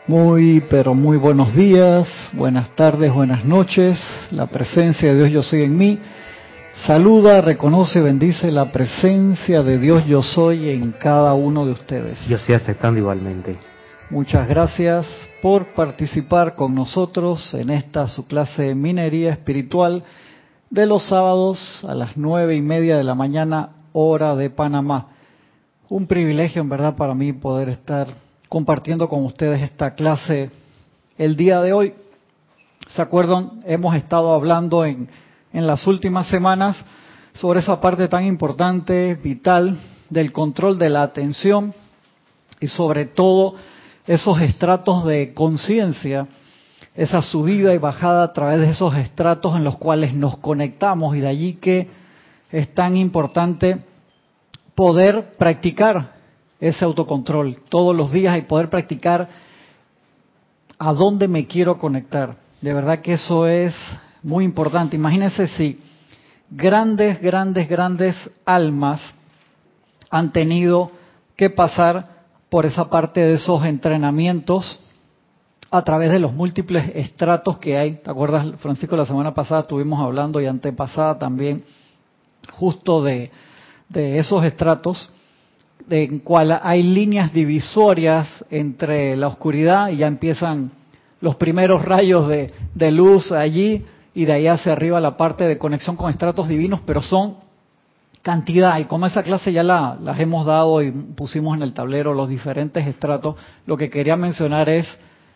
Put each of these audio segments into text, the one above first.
Muy, pero muy buenos días, buenas tardes, buenas noches. La presencia de Dios Yo Soy en mí saluda, reconoce, bendice la presencia de Dios Yo Soy en cada uno de ustedes. Yo estoy aceptando igualmente. Muchas gracias por participar con nosotros en esta su clase de minería espiritual de los sábados a las 9:30 de la mañana, hora de Panamá. Un privilegio en verdad para mí poder estar compartiendo con ustedes esta clase el día de hoy. ¿Se acuerdan? Hemos estado hablando en las últimas semanas sobre esa parte tan importante, vital, del control de la atención y sobre todo esos estratos de conciencia, esa subida y bajada a través de esos estratos en los cuales nos conectamos, y de allí que es tan importante poder practicar ese autocontrol todos los días y poder practicar a dónde me quiero conectar. De verdad que eso es muy importante. Imagínense si grandes almas han tenido que pasar por esa parte de esos entrenamientos a través de los múltiples estratos que hay. ¿Te acuerdas, Francisco? La semana pasada estuvimos hablando, y antepasada también, justo de esos estratos, en cual hay líneas divisorias entre la oscuridad, y ya empiezan los primeros rayos de luz allí, y de ahí hacia arriba la parte de conexión con estratos divinos, pero son cantidad, y como esa clase ya las hemos dado y pusimos en el tablero los diferentes estratos, lo que quería mencionar es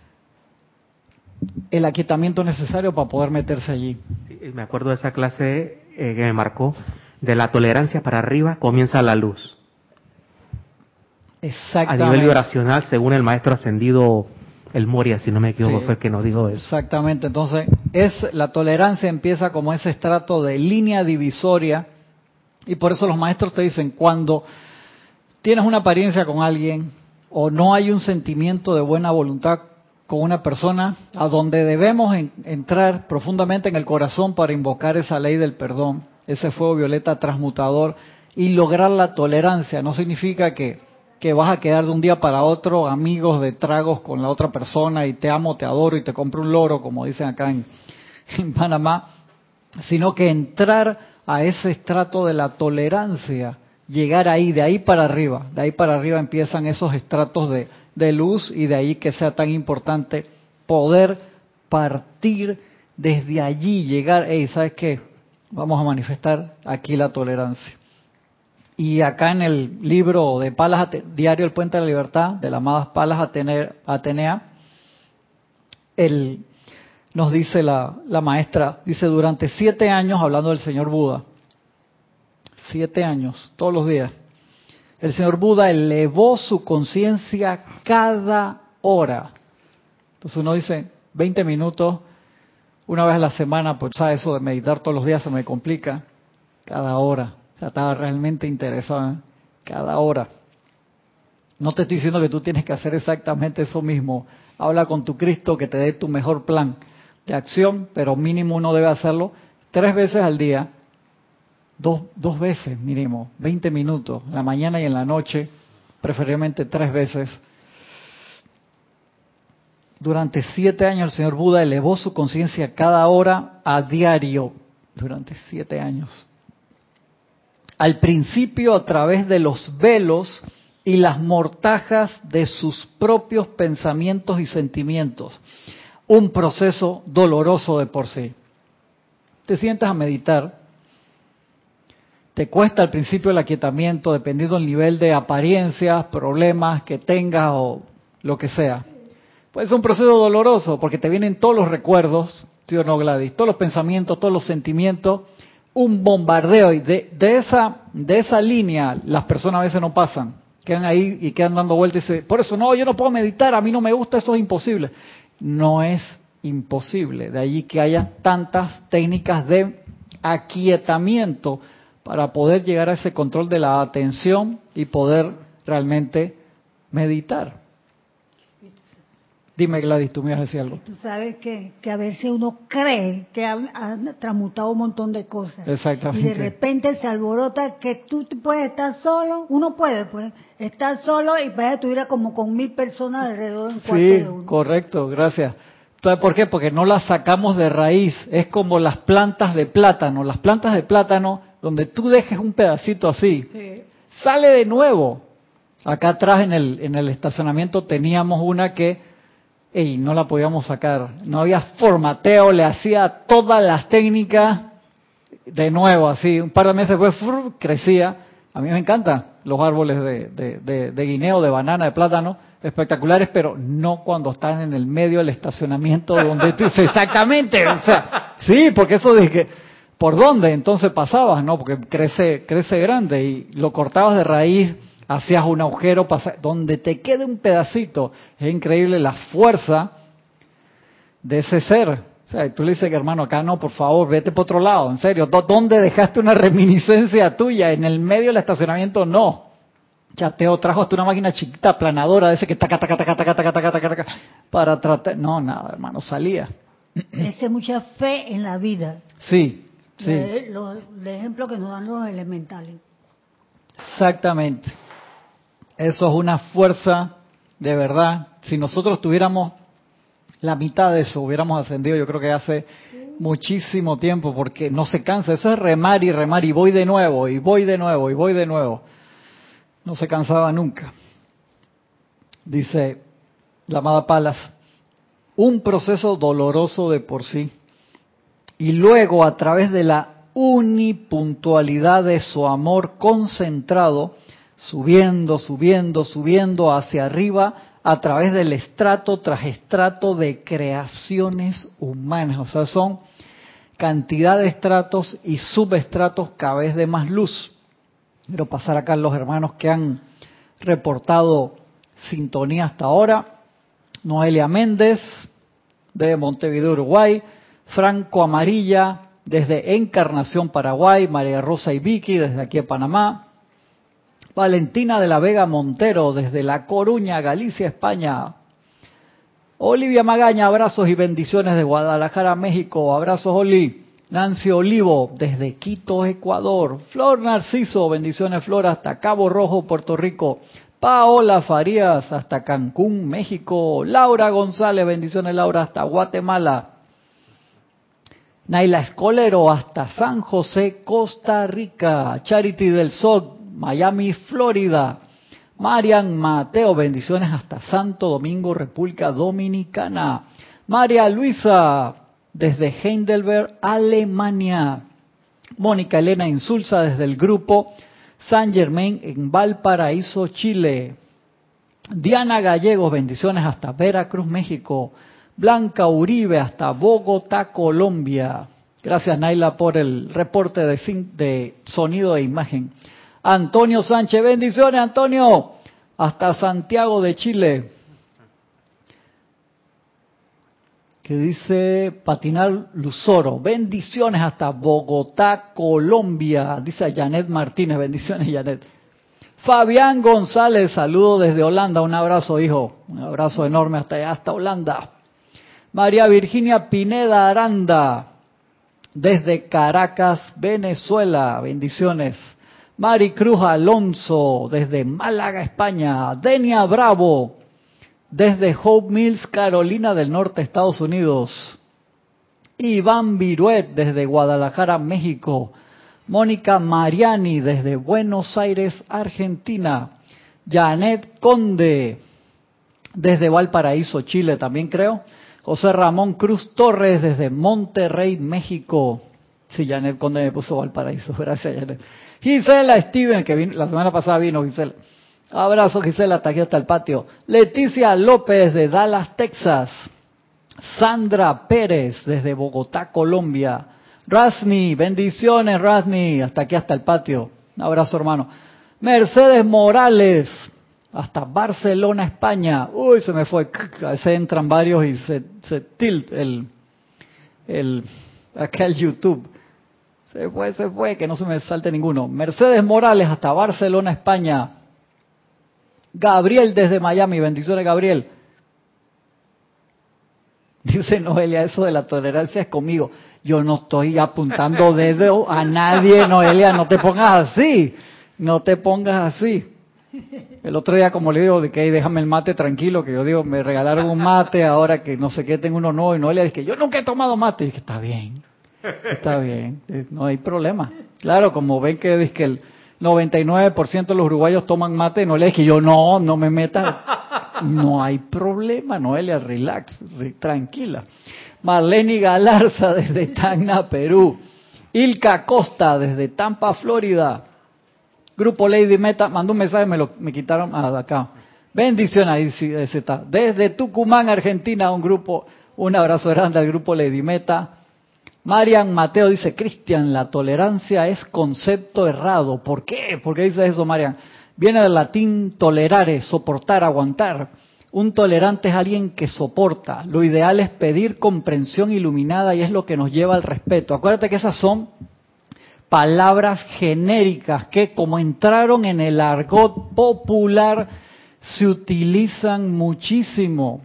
el aquietamiento necesario para poder meterse allí. Sí, me acuerdo de esa clase que me marcó, de la tolerancia para arriba comienza la luz. Exactamente. A nivel vibracional, según el maestro ascendido, el Moria, si no me equivoco, Sí, fue el que nos dijo eso. Exactamente, entonces la tolerancia empieza como ese estrato de línea divisoria, y por eso los maestros te dicen, cuando tienes una apariencia con alguien o no hay un sentimiento de buena voluntad con una persona, a donde debemos entrar profundamente en el corazón para invocar esa ley del perdón, ese fuego violeta transmutador, y lograr la tolerancia. No significa que vas a quedar de un día para otro amigos de tragos con la otra persona y te amo, te adoro y te compro un loro, como dicen acá en Panamá, sino que entrar a ese estrato de la tolerancia, llegar ahí, de ahí para arriba empiezan esos estratos de luz, y de ahí que sea tan importante poder partir desde allí, llegar, ¿sabes qué? Vamos a manifestar aquí la tolerancia. Y acá en el libro de Palas, Diario El Puente de la Libertad, de la amada Palas Atenea, nos dice la maestra, dice, durante 7 años, hablando del señor Buda, 7 años, todos los días, el señor Buda elevó su conciencia cada hora. Entonces uno dice, 20 minutos, una vez a la semana, pues ¿sabes? Eso de meditar todos los días se me complica. Cada hora. O sea, estaba realmente interesado, cada hora. No te estoy diciendo que tú tienes que hacer exactamente eso mismo. Habla con tu Cristo que te dé tu mejor plan de acción, pero mínimo uno debe hacerlo 3 veces al día, dos veces mínimo, 20 minutos, en la mañana y en la noche, preferiblemente 3 veces. Durante 7 años el señor Buda elevó su conciencia cada hora a diario, durante 7 años. Al principio a través de los velos y las mortajas de sus propios pensamientos y sentimientos. Un proceso doloroso de por sí. Te sientas a meditar, te cuesta al principio el aquietamiento, dependiendo del nivel de apariencias, problemas que tengas o lo que sea. Puede ser un proceso doloroso porque te vienen todos los recuerdos, ¿sí o no, Gladys? Todos los pensamientos, todos los sentimientos, un bombardeo, y de esa línea las personas a veces no pasan, quedan ahí y quedan dando vueltas y dicen, por eso no, yo no puedo meditar, a mí no me gusta, eso es imposible. No es imposible, de allí que haya tantas técnicas de aquietamiento para poder llegar a ese control de la atención y poder realmente meditar. Dime, Gladys, tú me vas a decir algo. Tú sabes que a veces uno cree que ha transmutado un montón de cosas. Exactamente. Y de repente se alborota que tú puedes estar solo, uno puede pues estar solo y parece que estuviera como con 1000 personas alrededor en cuarto de uno. Sí, correcto, gracias. ¿Sabes por qué? Porque no las sacamos de raíz. Es como las plantas de plátano. Las plantas de plátano, donde tú dejes un pedacito así, Sí. sale de nuevo. Acá atrás en el estacionamiento teníamos una que no la podíamos sacar. No había formateo, le hacía todas las técnicas de nuevo, así. Un par de meses después crecía. A mí me encantan los árboles de guineo, de banana, de plátano, espectaculares, pero no cuando están en el medio del estacionamiento donde tú dices, exactamente, o sea, sí, porque eso de que, ¿por dónde? Entonces pasabas, ¿no? Porque crece grande y lo cortabas de raíz, hacías un agujero, donde te quede un pedacito. Es increíble la fuerza de ese ser. O sea, tú le dices que hermano, acá no, por favor, vete por otro lado, en serio. ¿Dónde dejaste una reminiscencia tuya? En el medio del estacionamiento no. Chateo trajo hasta una máquina chiquita, aplanadora, de ese que taca, para tratar. No, nada, hermano, salía. Ese mucha fe en la vida. Sí, sí. El ejemplo que nos dan los elementales. Exactamente. Eso es una fuerza de verdad. Si nosotros tuviéramos la mitad de eso, hubiéramos ascendido, yo creo que hace muchísimo tiempo, porque no se cansa. Eso es remar y voy de nuevo, y voy de nuevo, y voy de nuevo. No se cansaba nunca. Dice la amada Palas, un proceso doloroso de por sí. Y luego, a través de la unipuntualidad de su amor concentrado, subiendo, subiendo, subiendo hacia arriba, a través del estrato tras estrato de creaciones humanas. O sea, son cantidad de estratos y subestratos cada vez de más luz. Quiero pasar acá a los hermanos que han reportado sintonía hasta ahora. Noelia Méndez, de Montevideo, Uruguay. Franco Amarilla, desde Encarnación, Paraguay. María Rosa y Vicky, desde aquí de Panamá. Valentina de la Vega Montero, desde La Coruña, Galicia, España. Olivia Magaña, abrazos y bendiciones de Guadalajara, México. Abrazos, Oli. Nancy Olivo, desde Quito, Ecuador. Flor Narciso, bendiciones, Flor, hasta Cabo Rojo, Puerto Rico. Paola Farías, hasta Cancún, México. Laura González, bendiciones, Laura, hasta Guatemala. Naila Escolero, hasta San José, Costa Rica. Charity del SOC, Miami, Florida. Marian Mateo, bendiciones hasta Santo Domingo, República Dominicana. María Luisa, desde Heidelberg, Alemania. Mónica Elena Insulza, desde el grupo San Germain en Valparaíso, Chile. Diana Gallegos, bendiciones hasta Veracruz, México. Blanca Uribe, hasta Bogotá, Colombia. Gracias, Naila, por el reporte de sonido e imagen. Antonio Sánchez, bendiciones, Antonio, hasta Santiago de Chile. Que dice Patinar Luzoro, bendiciones hasta Bogotá, Colombia. Dice Janet Martínez, bendiciones, Janet. Fabián González, saludo desde Holanda, un abrazo, hijo, un abrazo enorme hasta allá, hasta Holanda. María Virginia Pineda Aranda, desde Caracas, Venezuela, bendiciones. Mari Cruz Alonso, desde Málaga, España. Denia Bravo, desde Hope Mills, Carolina del Norte, Estados Unidos. Iván Viruet, desde Guadalajara, México. Mónica Mariani, desde Buenos Aires, Argentina. Janet Conde, desde Valparaíso, Chile, también creo. José Ramón Cruz Torres, desde Monterrey, México. Sí, Janet Conde me puso Valparaíso, gracias, Janet. Gisela Steven, que vino, la semana pasada vino Gisela. Abrazo, Gisela, hasta aquí, hasta el patio. Leticia López, de Dallas, Texas. Sandra Pérez, desde Bogotá, Colombia. Rasni, bendiciones, Rasni, hasta aquí, hasta el patio. Un abrazo, hermano. Mercedes Morales, hasta Barcelona, España. Uy, se me fue. A veces entran varios y se tilt acá el YouTube. Se fue, que no se me salte ninguno. Mercedes Morales, hasta Barcelona, España. Gabriel, desde Miami. Bendiciones, Gabriel. Dice Noelia, eso de la tolerancia es conmigo. Yo no estoy apuntando dedo a nadie, Noelia, no te pongas así. No te pongas así. El otro día, como le digo, de que "Ey, déjame el mate tranquilo", que yo digo, me regalaron un mate, ahora que no sé qué, tengo uno nuevo, y Noelia dice que yo nunca he tomado mate. Y dije, está bien, no hay problema. Claro, como ven que dice que el 99% de los uruguayos toman mate, Noelia dice que yo no me meta. No hay problema, Noelia, relax, tranquila. Marlene Galarza desde Tacna, Perú. Ilka Costa desde Tampa, Florida. Grupo Lady Meta mandó un mensaje, me quitaron de acá. Bendiciones, ahí sí, ese está. Desde Tucumán, Argentina, un abrazo grande al grupo Lady Meta. Marian Mateo dice, Cristian, la tolerancia es concepto errado. ¿Por qué? ¿Por qué dice eso, Marian? Viene del latín tolerare, soportar, aguantar. Un tolerante es alguien que soporta. Lo ideal es pedir comprensión iluminada y es lo que nos lleva al respeto. Acuérdate que esas son palabras genéricas que, como entraron en el argot popular, se utilizan muchísimo.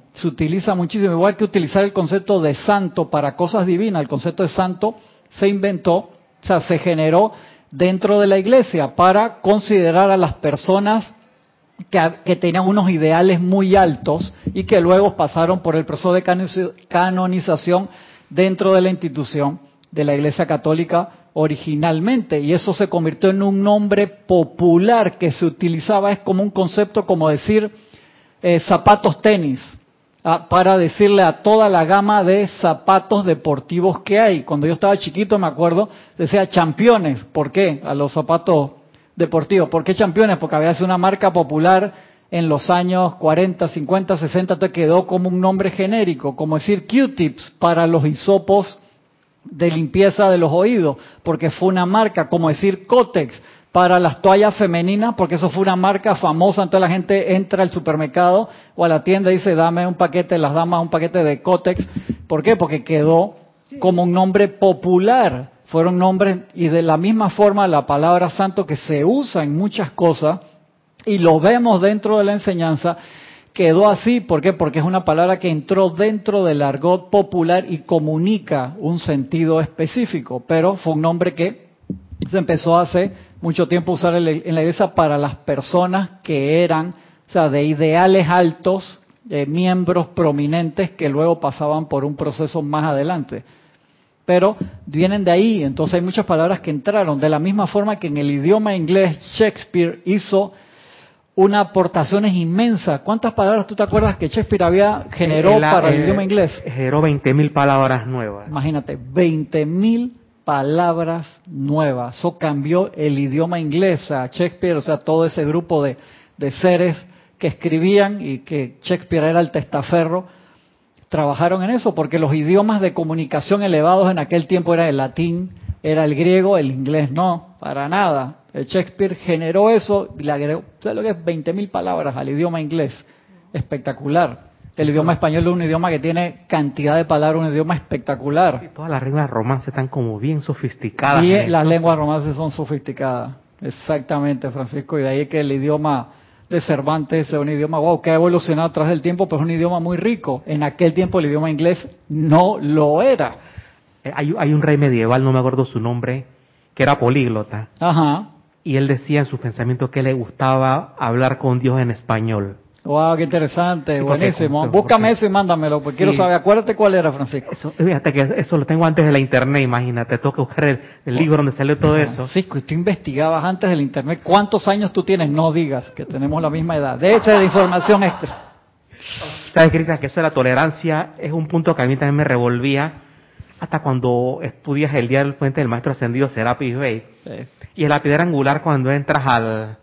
Igual que utilizar el concepto de santo para cosas divinas. El concepto de santo se inventó, se generó dentro de la iglesia para considerar a las personas que tenían unos ideales muy altos y que luego pasaron por el proceso de canonización dentro de la institución de la Iglesia Católica originalmente, y eso se convirtió en un nombre popular que se utilizaba, es como un concepto como decir zapatos tenis, para decirle a toda la gama de zapatos deportivos que hay. Cuando yo estaba chiquito, me acuerdo, decía championes. ¿Por qué? A los zapatos deportivos. ¿Por qué championes? Porque había sido una marca popular en los años 40, 50, 60, entonces quedó como un nombre genérico, como decir Q-tips para los hisopos de limpieza de los oídos, porque fue una marca, como decir Kotex para las toallas femeninas, porque eso fue una marca famosa. Entonces la gente entra al supermercado o a la tienda y dice, dame un paquete, las damas un paquete de Kotex. ¿Por qué? Porque quedó como un nombre popular. Fueron nombres, y de la misma forma la palabra santo, que se usa en muchas cosas y lo vemos dentro de la enseñanza, quedó así. ¿Por qué? Porque es una palabra que entró dentro del argot popular y comunica un sentido específico, pero fue un nombre que se empezó hace mucho tiempo a usar en la iglesia para las personas que eran, de ideales altos, miembros prominentes que luego pasaban por un proceso más adelante. Pero vienen de ahí, entonces hay muchas palabras que entraron, de la misma forma que en el idioma inglés Shakespeare hizo unas aportaciones inmensas. ¿Cuántas palabras tú te acuerdas que Shakespeare generó para el idioma inglés? Generó 20.000 palabras nuevas. Imagínate, 20.000 palabras nuevas. Eso cambió el idioma inglés. Shakespeare, todo ese grupo de seres que escribían y que Shakespeare era el testaferro, trabajaron en eso, porque los idiomas de comunicación elevados en aquel tiempo era el latín, era el griego, el inglés no, para nada. El Shakespeare generó eso y le agregó, ¿sabes lo que es? 20.000 palabras al idioma inglés. Espectacular. El idioma español es un idioma que tiene cantidad de palabras, un idioma espectacular. Y todas las lenguas romances están como bien sofisticadas. Las lenguas romances son sofisticadas. Exactamente, Francisco. Y de ahí que el idioma de Cervantes es un idioma, que ha evolucionado a través del tiempo, pero es un idioma muy rico. En aquel tiempo el idioma inglés no lo era. Hay un rey medieval, no me acuerdo su nombre, que era políglota. Ajá. Y él decía en sus pensamientos que le gustaba hablar con Dios en español. Wow, qué interesante, buenísimo. Búscame eso y mándamelo, porque quiero saber. Acuérdate cuál era, Francisco. Fíjate que eso lo tengo antes de la internet, imagínate. Tengo que buscar el libro donde salió todo eso. Francisco, y tú investigabas antes del internet. ¿Cuántos años tú tienes? No digas que tenemos la misma edad. De hecho, de información extra. ¿Sabes, Cristian? Que eso de la tolerancia es un punto que a mí también me revolvía hasta cuando estudias el día del puente del maestro ascendido Serapis Bey. Sí. Y en la piedra angular, cuando entras al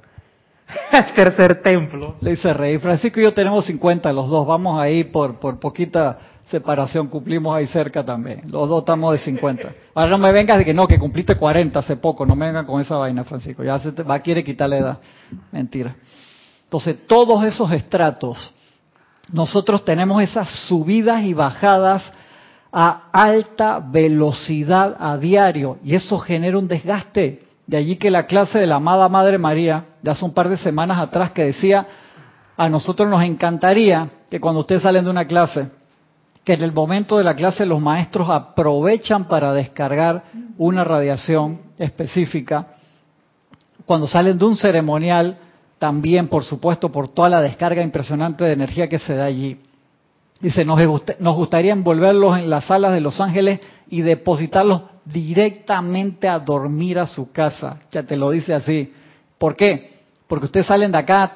tercer templo. Le hice reír. Francisco y yo tenemos 50, los dos. Vamos ahí por poquita separación. Cumplimos ahí cerca también. Los dos estamos de 50. Ahora no me vengas de que cumpliste 40 hace poco. No me vengan con esa vaina, Francisco. Ya quiere quitarle edad. Mentira. Entonces, todos esos estratos, nosotros tenemos esas subidas y bajadas a alta velocidad a diario. Y eso genera un desgaste. De allí que la clase de la amada Madre María, de hace un par de semanas atrás, que decía, a nosotros nos encantaría que cuando ustedes salen de una clase, que en el momento de la clase los maestros aprovechan para descargar una radiación específica. Cuando salen de un ceremonial, también, por supuesto, por toda la descarga impresionante de energía que se da allí. Dice, nos gustaría envolverlos en las salas de Los Ángeles y depositarlos directamente a dormir a su casa. Ya te lo dice así. ¿Por qué? Porque ustedes salen de acá,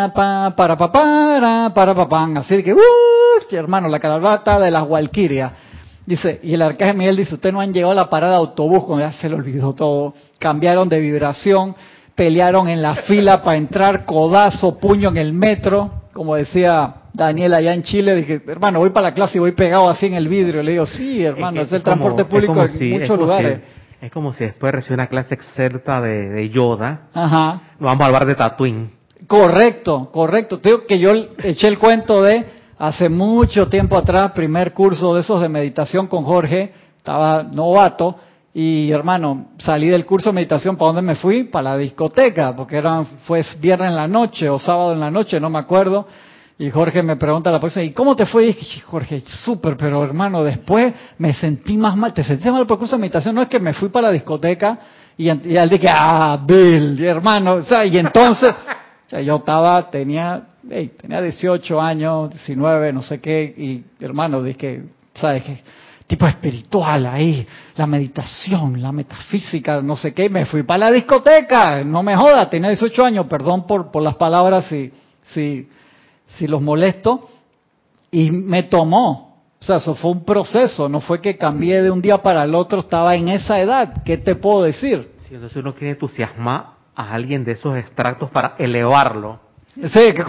para, pan, así que, hermano, la caravata de las Walquirias. Dice, y el Arcángel Miguel dice, ustedes no han llegado a la parada de autobús, cuando ya se le olvidó todo, cambiaron de vibración, pelearon en la fila para entrar, codazo, puño en el metro, como decía Daniel allá en Chile, dije, hermano, voy para la clase y voy pegado así en el vidrio. Le digo, sí, hermano, es el transporte público en muchos lugares. Es como si después de recibir una clase excerta de Yoda, ajá, nos vamos al bar de Tatooine. Correcto. Te digo que yo eché el cuento de hace mucho tiempo atrás, primer curso de esos de meditación con Jorge, estaba novato, y hermano, salí del curso de meditación, ¿para dónde me fui? Para la discoteca, porque fue viernes en la noche o sábado en la noche, no me acuerdo. Y Jorge me pregunta a la próxima, ¿y cómo te fue? Y dije, Jorge, súper, pero hermano, después me sentí más mal. ¿Te sentiste mal por el curso de meditación? No, es que me fui para la discoteca y al dije, Bill, hermano, o sea, y entonces, o sea, yo tenía 18 años, 19, no sé qué, y hermano, dije, ¿sabes qué? Tipo espiritual ahí, la meditación, la metafísica, no sé qué, y me fui para la discoteca, no me jodas, tenía 18 años, perdón por las palabras si los molesto, y me tomó, o sea, eso fue un proceso, no fue que cambié de un día para el otro, estaba en esa edad, ¿qué te puedo decir? Sí, entonces uno quiere entusiasmar a alguien de esos extractos para elevarlo. Sí, que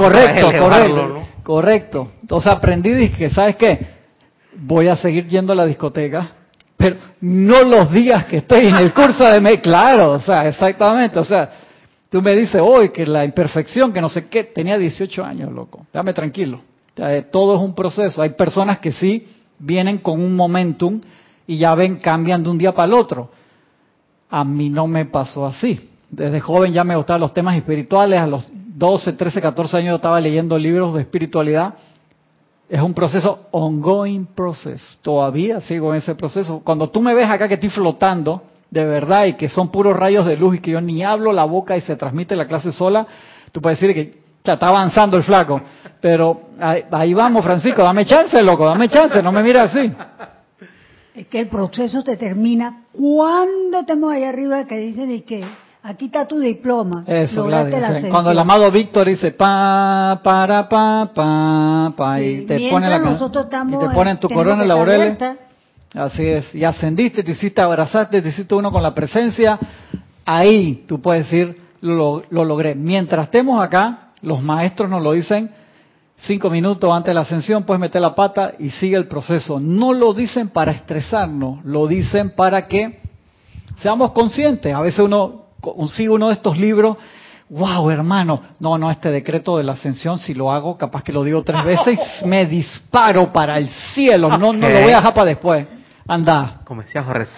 correcto. Entonces aprendí y dije, ¿sabes qué? Voy a seguir yendo a la discoteca, pero no los días que estoy en el curso de claro, o sea, exactamente, o sea, tú me dices hoy que la imperfección, que no sé qué, tenía 18 años, loco, dame tranquilo. O sea, todo es un proceso. Hay personas que sí vienen con un momentum y ya cambian de un día para el otro. A mí no me pasó así. Desde joven ya me gustaban los temas espirituales, a los 12, 13, 14 años yo estaba leyendo libros de espiritualidad. Es un proceso, ongoing process. Todavía sigo en ese proceso. Cuando tú me ves acá que estoy flotando, de verdad, y que son puros rayos de luz y que yo ni hablo la boca y se transmite la clase sola, tú puedes decir que ya está avanzando el flaco. Pero ahí vamos, Francisco, dame chance, loco, dame chance, no me mires así. Es que el proceso te termina cuando estemos allá arriba que dicen y que aquí está tu diploma. Eso, claro. Cuando el amado Víctor dice pa, sí, y te ponen tu corona de laureles. Así es. Y ascendiste, te hiciste, abrazaste, te hiciste uno con la presencia. Ahí tú puedes decir, lo logré. Mientras estemos acá, los maestros nos lo dicen, 5 minutos antes de la ascensión, puedes meter la pata y sigue el proceso. No lo dicen para estresarnos, lo dicen para que seamos conscientes. A veces uno consigue uno de estos libros, wow, hermano, no, este decreto de la ascensión, si lo hago, capaz que lo digo 3 veces y me disparo para el cielo, no lo voy a dejar para después. Anda. Como decía Jorge,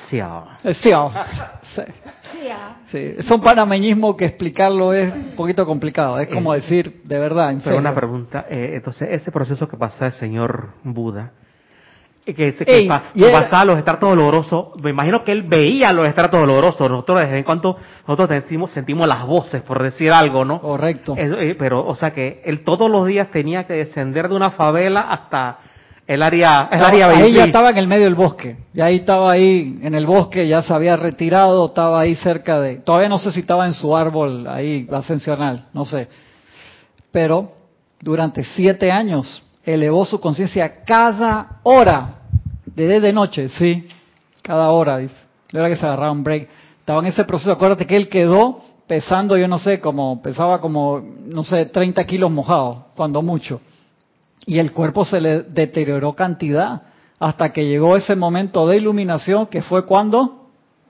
sí. Es un panameñismo que explicarlo es un poquito complicado, es como decir, de verdad, en serio. Pero una pregunta, entonces, ese proceso que pasa el señor Buda, que pasaba los estratos dolorosos, me imagino que él veía los estratos dolorosos, nosotros desde en cuanto sentimos las voces, por decir algo, ¿no? Correcto. Pero, o sea que él todos los días tenía que descender de una favela hasta el área ahí ya estaba en el medio del bosque, ya ahí estaba ahí en el bosque, ya se había retirado, estaba ahí cerca todavía no sé si estaba en su árbol ahí ascensional, no sé, pero durante 7 años elevó su conciencia cada hora, de noche, sí, cada hora, dice, la hora que se agarraba un break, estaba en ese proceso. Acuérdate que él quedó pesando, yo no sé, pesaba 30 kilos mojados, cuando mucho. Y el cuerpo se le deterioró cantidad hasta que llegó ese momento de iluminación que fue cuando.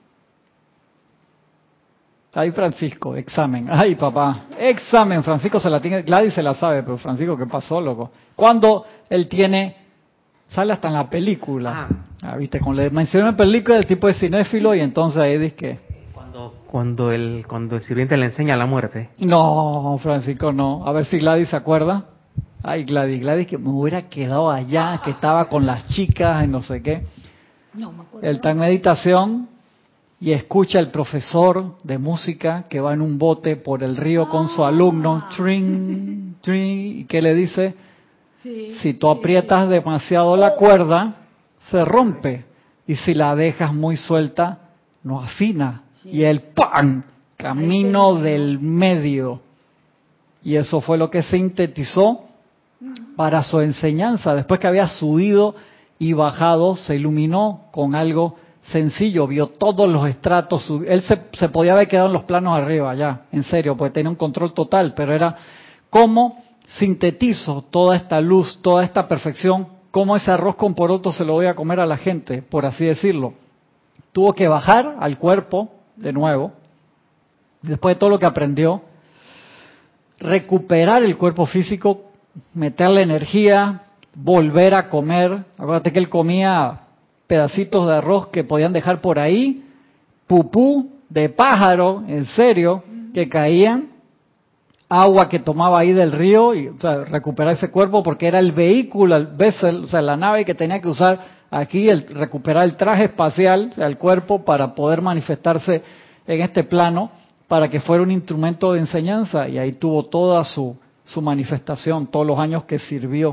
Ay, Francisco, examen. Ay, papá, examen. Francisco se la tiene, Gladys se la sabe, pero Francisco, ¿qué pasó, loco? Cuando él sale hasta en la película. Viste, como le mencioné en película, el tipo de cinéfilo y entonces ahí dice que. Cuando el sirviente le enseña la muerte. No, Francisco, no. A ver si Gladys se acuerda. Ay, Gladys, que me hubiera quedado allá, que estaba con las chicas y no sé qué. No me acuerdo. Él está en meditación y escucha al profesor de música que va en un bote por el río con su alumno, trin, trin, y que le dice, Sí, si tú aprietas demasiado la cuerda, se rompe, y si la dejas muy suelta, no afina. Sí. Y el ¡pam! Camino del medio. Y eso fue lo que sintetizó para su enseñanza. Después que había subido y bajado, se iluminó con algo sencillo, vio todos los estratos. Él se podía haber quedado en los planos arriba, ya, en serio, porque tenía un control total, pero era cómo sintetizo toda esta luz, toda esta perfección, cómo ese arroz con poroto se lo voy a comer a la gente, por así decirlo. Tuvo que bajar al cuerpo de nuevo, después de todo lo que aprendió, recuperar el cuerpo físico, meterle energía, volver a comer. Acuérdate que él comía pedacitos de arroz que podían dejar por ahí, pupú de pájaro, en serio, que caían, agua que tomaba ahí del río, y o sea, recuperar ese cuerpo porque era el vehículo, el vessel, o sea, la nave que tenía que usar aquí, recuperar el traje espacial, o sea, el cuerpo para poder manifestarse en este plano, para que fuera un instrumento de enseñanza, y ahí tuvo toda su manifestación, todos los años que sirvió.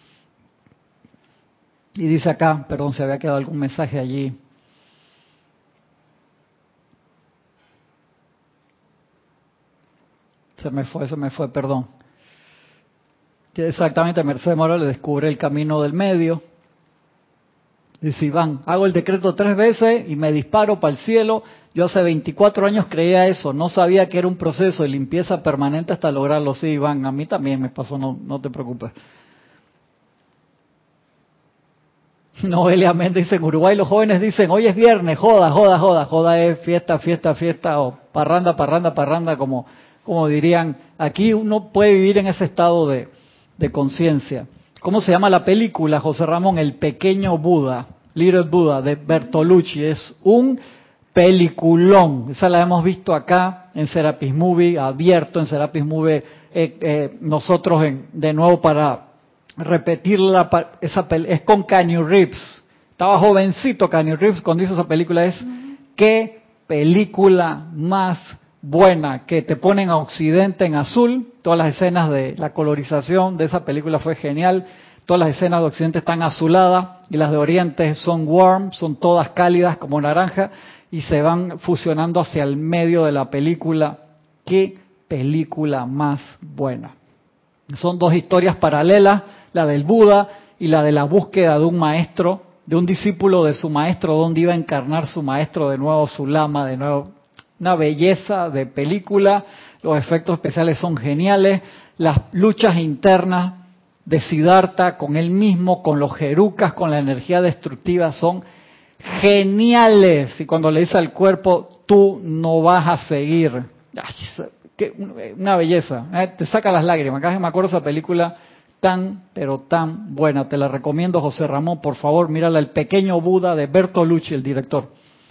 Y dice acá, perdón, se había quedado algún mensaje allí. Se me fue, perdón. Que exactamente, Mercedes Mora le descubre el camino del medio. Dice Iván, hago el decreto 3 veces y me disparo para el cielo. Yo hace 24 años creía eso, no sabía que era un proceso de limpieza permanente hasta lograrlo. Sí, Iván, a mí también me pasó, no te preocupes. Noelia Méndez dice, en Uruguay los jóvenes dicen, hoy es viernes, joda, joda, joda. Joda es fiesta, fiesta, fiesta, o parranda, parranda, parranda, como dirían. Aquí uno puede vivir en ese estado de conciencia. ¿Cómo se llama la película, José Ramón? El pequeño Buda, Little Buddha, de Bertolucci. Es un peliculón. Esa la hemos visto acá en Serapis Movie, abierto en Serapis Movie, nosotros de nuevo para repetirla. Es con Keanu Reeves. Estaba jovencito Keanu Reeves cuando hizo esa película. Qué película más buena, que te ponen a Occidente en azul. Todas las escenas de la colorización de esa película fue genial. Todas las escenas de Occidente están azuladas y las de Oriente son warm, son todas cálidas como naranja, y se van fusionando hacia el medio de la película. Qué película más buena. Son dos historias paralelas, la del Buda y la de la búsqueda de un maestro, de un discípulo de su maestro, donde iba a encarnar su maestro de nuevo, su lama de nuevo. Una belleza de película, los efectos especiales son geniales, las luchas internas de Siddhartha con él mismo, con los jerukas, con la energía destructiva, son geniales. Y cuando le dice al cuerpo, tú no vas a seguir. Una belleza, te saca las lágrimas. Cada vez me acuerdo de esa película tan, pero tan buena. Te la recomiendo, José Ramón, por favor, mírala, El pequeño Buda, de Bertolucci, el director.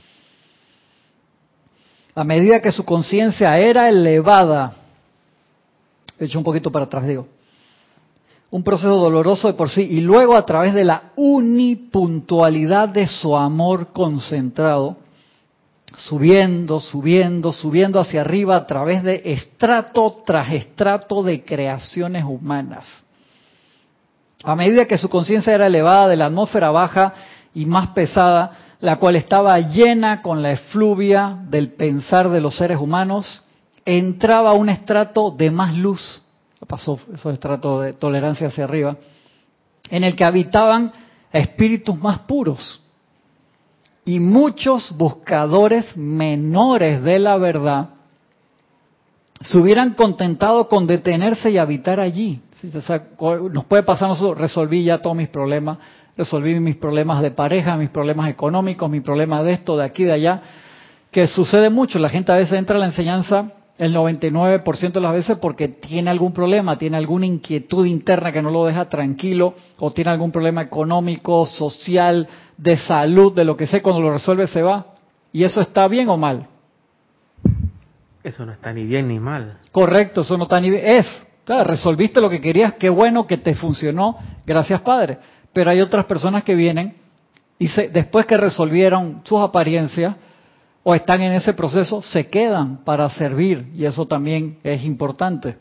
A medida que su conciencia era elevada, he hecho un poquito para atrás, digo, un proceso doloroso de por sí, y luego a través de la unipuntualidad de su amor concentrado, subiendo, subiendo, subiendo hacia arriba a través de estrato tras estrato de creaciones humanas. A medida que su conciencia era elevada de la atmósfera baja y más pesada, la cual estaba llena con la efluvia del pensar de los seres humanos, entraba a un estrato de más luz, pasó esos estratos de tolerancia hacia arriba, en el que habitaban espíritus más puros, y muchos buscadores menores de la verdad se hubieran contentado con detenerse y habitar allí. Nos puede pasar, nosotros resolví ya todos mis problemas, resolví mis problemas de pareja, mis problemas económicos, mis problemas de esto, de aquí, de allá, que sucede mucho. La gente a veces entra a la enseñanza el 99% de las veces porque tiene algún problema, tiene alguna inquietud interna que no lo deja tranquilo, o tiene algún problema económico, social, de salud, de lo que sea. Cuando lo resuelve se va. ¿Y eso está bien o mal? Eso no está ni bien ni mal. Correcto, eso no está ni bien. Claro, resolviste lo que querías, qué bueno que te funcionó, gracias Padre. Pero hay otras personas que vienen y después que resolvieron sus apariencias o están en ese proceso, se quedan para servir y eso también es importante.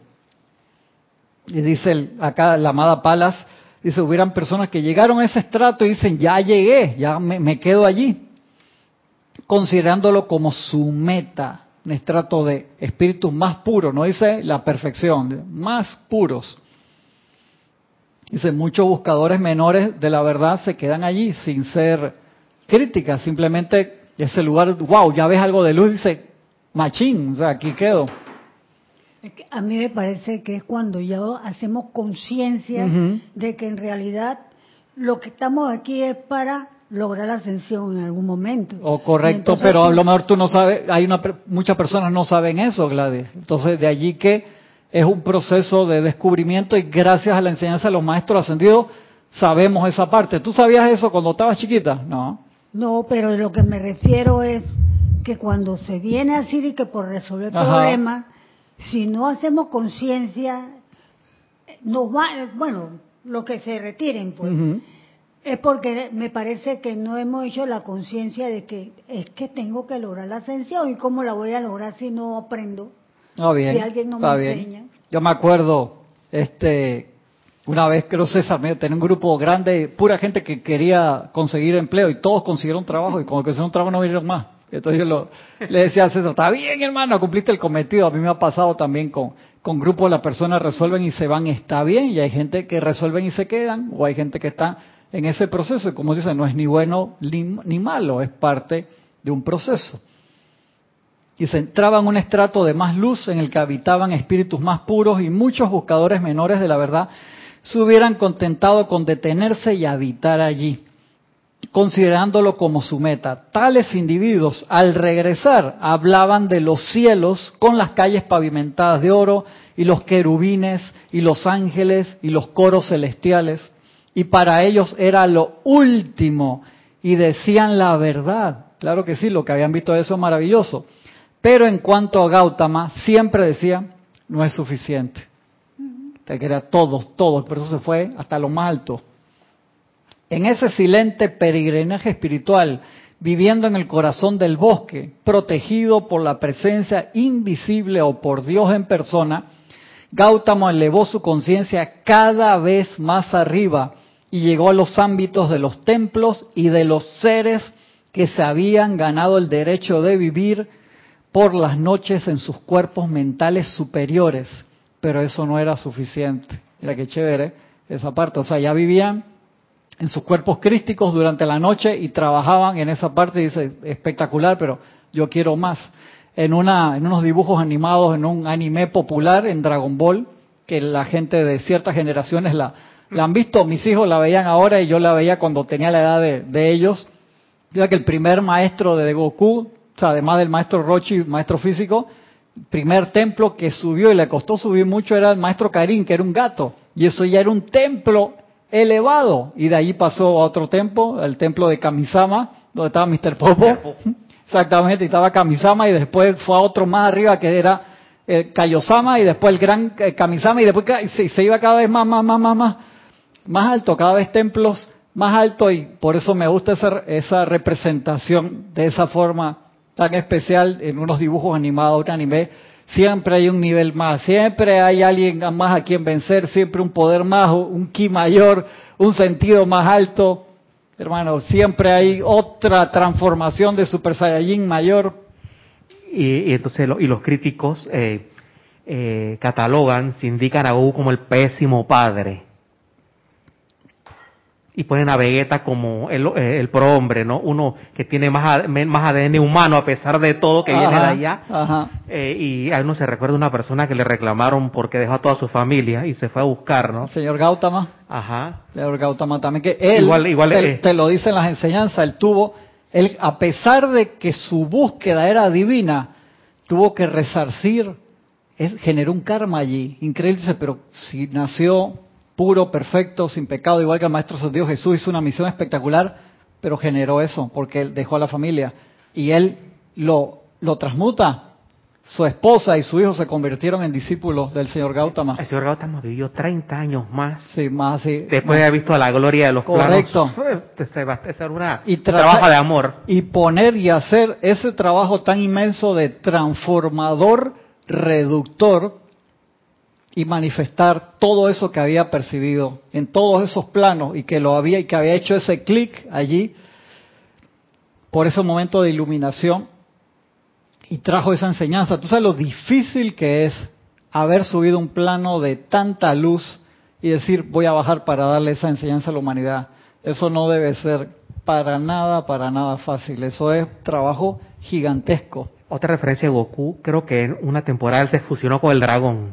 Y dice acá la amada Palas, dice, hubieran personas que llegaron a ese estrato y dicen, ya llegué, ya me quedo allí, considerándolo como su meta, un estrato de espíritus más puros, no dice la perfección, más puros. Dice, muchos buscadores menores de la verdad se quedan allí sin ser críticas, simplemente ese lugar, wow, ya ves algo de luz, dice, machín, o sea, aquí quedo. A mí me parece que es cuando ya hacemos conciencia de que en realidad lo que estamos aquí es para lograr la ascensión en algún momento. Oh, correcto, entonces, pero a lo mejor tú no sabes, muchas personas no saben eso, Gladys. Entonces, de allí que es un proceso de descubrimiento y gracias a la enseñanza de los maestros ascendidos sabemos esa parte. ¿Tú sabías eso cuando estabas chiquita? No. No, pero lo que me refiero es que cuando se viene así de que por resolver problemas, si no hacemos conciencia, nos va, bueno, los que se retiren, pues, es porque me parece que no hemos hecho la conciencia de que es que tengo que lograr la ascensión y cómo la voy a lograr si no aprendo, bien, si alguien no me enseña. Yo me acuerdo, una vez creo César tenía un grupo grande, pura gente que quería conseguir empleo y todos consiguieron trabajo y cuando consiguieron trabajo no vinieron más. Entonces yo le decía a César, está bien hermano, cumpliste el cometido. A mí me ha pasado también con grupos, las personas resuelven y se van, está bien, y hay gente que resuelven y se quedan, o hay gente que está en ese proceso, y como dicen, no es ni bueno ni malo, es parte de un proceso. Y se entraba en un estrato de más luz en el que habitaban espíritus más puros y muchos buscadores menores de la verdad se hubieran contentado con detenerse y habitar allí, considerándolo como su meta. Tales individuos, al regresar, hablaban de los cielos con las calles pavimentadas de oro y los querubines y los ángeles y los coros celestiales, y para ellos era lo último y decían la verdad. Claro que sí, lo que habían visto eso es maravilloso. Pero en cuanto a Gautama, siempre decía, no es suficiente. Te quería todos, por eso se fue hasta lo más alto. En ese silente peregrinaje espiritual, viviendo en el corazón del bosque, protegido por la presencia invisible o por Dios en persona, Gautama elevó su conciencia cada vez más arriba y llegó a los ámbitos de los templos y de los seres que se habían ganado el derecho de vivir por las noches en sus cuerpos mentales superiores. Pero eso no era suficiente. Mira qué chévere esa parte. O sea, ya vivían en sus cuerpos crísticos durante la noche y trabajaban en esa parte, y dice, espectacular, pero yo quiero más. En unos dibujos animados, en un anime popular, en Dragon Ball, que la gente de ciertas generaciones la han visto, mis hijos la veían ahora y yo la veía cuando tenía la edad de ellos. Ya que el primer maestro de Goku, o sea, además del maestro Roshi, maestro físico, el primer templo que subió y le costó subir mucho era el maestro Karin, que era un gato, y eso ya era un templo elevado, y de ahí pasó a otro templo, el templo de Kamisama, donde estaba Mr. Popo, exactamente, y estaba Kamisama, y después fue a otro más arriba que era el Kaiosama, y después el gran Kamisama, y después se iba cada vez más alto, cada vez templos más alto, y por eso me gusta esa representación de esa forma tan especial en unos dibujos animados, un anime. Siempre hay un nivel más, siempre hay alguien más a quien vencer, siempre un poder más, un ki mayor, un sentido más alto. Hermano, siempre hay otra transformación de Super Saiyajin mayor. Y entonces los críticos catalogan, se indican a Goku como el pésimo padre. Y ponen a Vegeta como el prohombre, ¿no? Uno que tiene más ADN humano a pesar de todo, que viene de allá. Y a uno se recuerda una persona que le reclamaron porque dejó a toda su familia y se fue a buscar, ¿no? Señor Gautama. Ajá. Señor Gautama también, que él, igual te lo dice en las enseñanzas, él, a pesar de que su búsqueda era divina, tuvo que resarcir, generó un karma allí. Increíble, dice, pero si nació puro, perfecto, sin pecado, igual que el Maestro Dios Jesús, hizo una misión espectacular, pero generó eso, porque él dejó a la familia. Y él lo transmuta, su esposa y su hijo se convirtieron en discípulos del señor Gautama. El señor Gautama vivió 30 años más. Sí, más así. Después de haber visto la gloria de los correcto. planos. Ese era un trabajo de amor. Y poner y hacer ese trabajo tan inmenso de transformador, reductor, y manifestar todo eso que había percibido en todos esos planos y que había hecho ese clic allí por ese momento de iluminación y trajo esa enseñanza. Tú sabes lo difícil que es haber subido un plano de tanta luz y decir voy a bajar para darle esa enseñanza a la humanidad. Eso no debe ser para nada fácil. Eso es trabajo gigantesco. Otra referencia de Goku, creo que en una temporada él se fusionó con el dragón.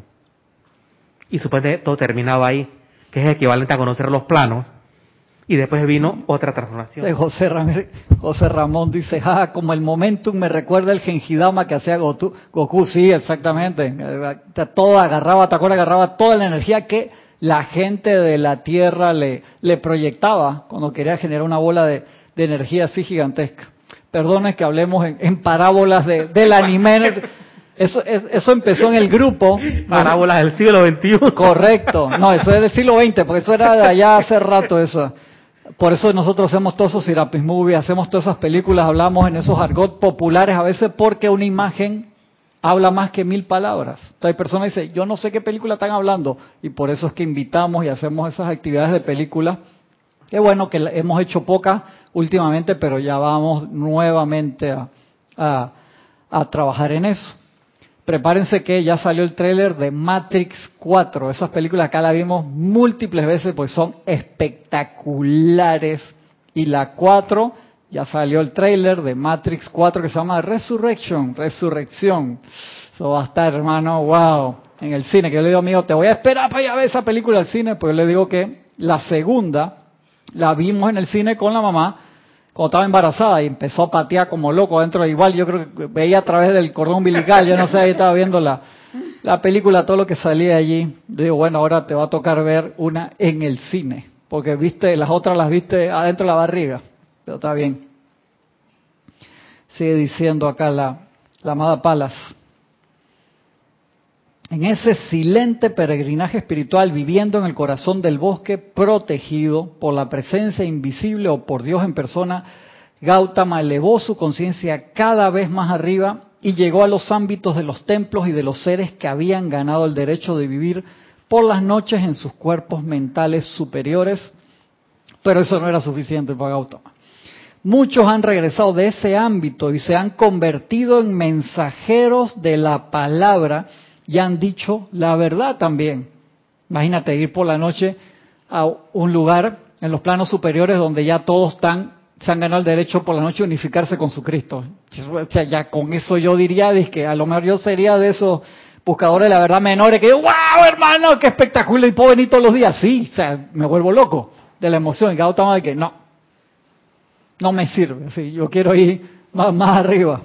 Y supuestamente todo terminaba ahí, que es equivalente a conocer los planos. Y después vino otra transformación. José Ramón dice, como el momentum me recuerda el Genjidama que hacía Goku. Sí, exactamente. Todo agarraba, ¿te acuerdas? Agarraba toda la energía que la gente de la Tierra le proyectaba cuando quería generar una bola de energía así gigantesca. Perdone que hablemos en parábolas del anime. Eso empezó en el grupo. Parábolas del siglo XXI. Correcto. No, eso es del siglo XX, porque eso era de allá hace rato eso. Por eso nosotros hacemos todos esos Serapis Movies, hacemos todas esas películas, hablamos en esos argot populares a veces porque una imagen habla más que 1000 palabras. Entonces hay personas que dicen, yo no sé qué película están hablando, y por eso es que invitamos y hacemos esas actividades de películas. Qué bueno que hemos hecho pocas últimamente, pero ya vamos nuevamente a trabajar en eso. Prepárense que ya salió el tráiler de Matrix 4. Esas películas acá las vimos múltiples veces pues son espectaculares. Y la 4, ya salió el tráiler de Matrix 4 que se llama Resurrección. Eso va a estar, hermano, wow, en el cine. Que yo le digo, amigo, te voy a esperar para ir a ver esa película al cine. Pues yo le digo que la segunda la vimos en el cine con la mamá cuando estaba embarazada y empezó a patear como loco dentro. Igual yo creo que veía a través del cordón umbilical, yo no sé, ahí estaba viendo la película, todo lo que salía allí. Digo, bueno, ahora te va a tocar ver una en el cine, porque viste, las otras las viste adentro de la barriga, pero está bien. Sigue diciendo acá la amada Palas. En ese silente peregrinaje espiritual, viviendo en el corazón del bosque, protegido por la presencia invisible o por Dios en persona, Gautama elevó su conciencia cada vez más arriba y llegó a los ámbitos de los templos y de los seres que habían ganado el derecho de vivir por las noches en sus cuerpos mentales superiores. Pero eso no era suficiente para Gautama. Muchos han regresado de ese ámbito y se han convertido en mensajeros de la palabra y han dicho la verdad también. Imagínate ir por la noche a un lugar en los planos superiores donde ya todos se han ganado el derecho por la noche a unificarse con su Cristo. O sea, ya con eso yo diría que a lo mejor yo sería de esos buscadores de la verdad menores que ¡wow, hermano, qué espectacular! Y puedo venir todos los días. Sí, o sea, me vuelvo loco de la emoción. Y Gautama de que no me sirve. Sí, yo quiero ir más arriba.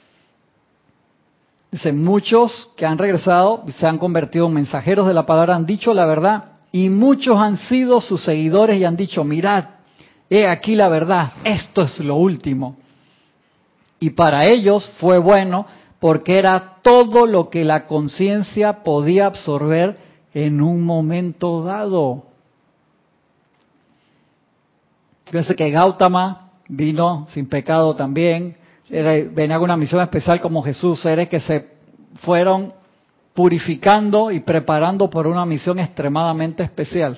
Dice, muchos que han regresado y se han convertido en mensajeros de la palabra han dicho la verdad y muchos han sido sus seguidores y han dicho, mirad, he aquí la verdad, esto es lo último. Y para ellos fue bueno porque era todo lo que la conciencia podía absorber en un momento dado. Fíjense que Gautama vino sin pecado también. Venía con una misión especial como Jesús, seres que se fueron purificando y preparando por una misión extremadamente especial.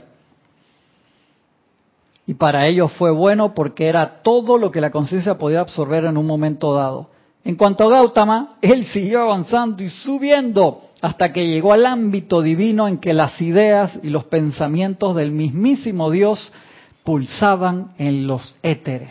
Y para ellos fue bueno porque era todo lo que la conciencia podía absorber en un momento dado. En cuanto a Gautama, él siguió avanzando y subiendo hasta que llegó al ámbito divino en que las ideas y los pensamientos del mismísimo Dios pulsaban en los éteres.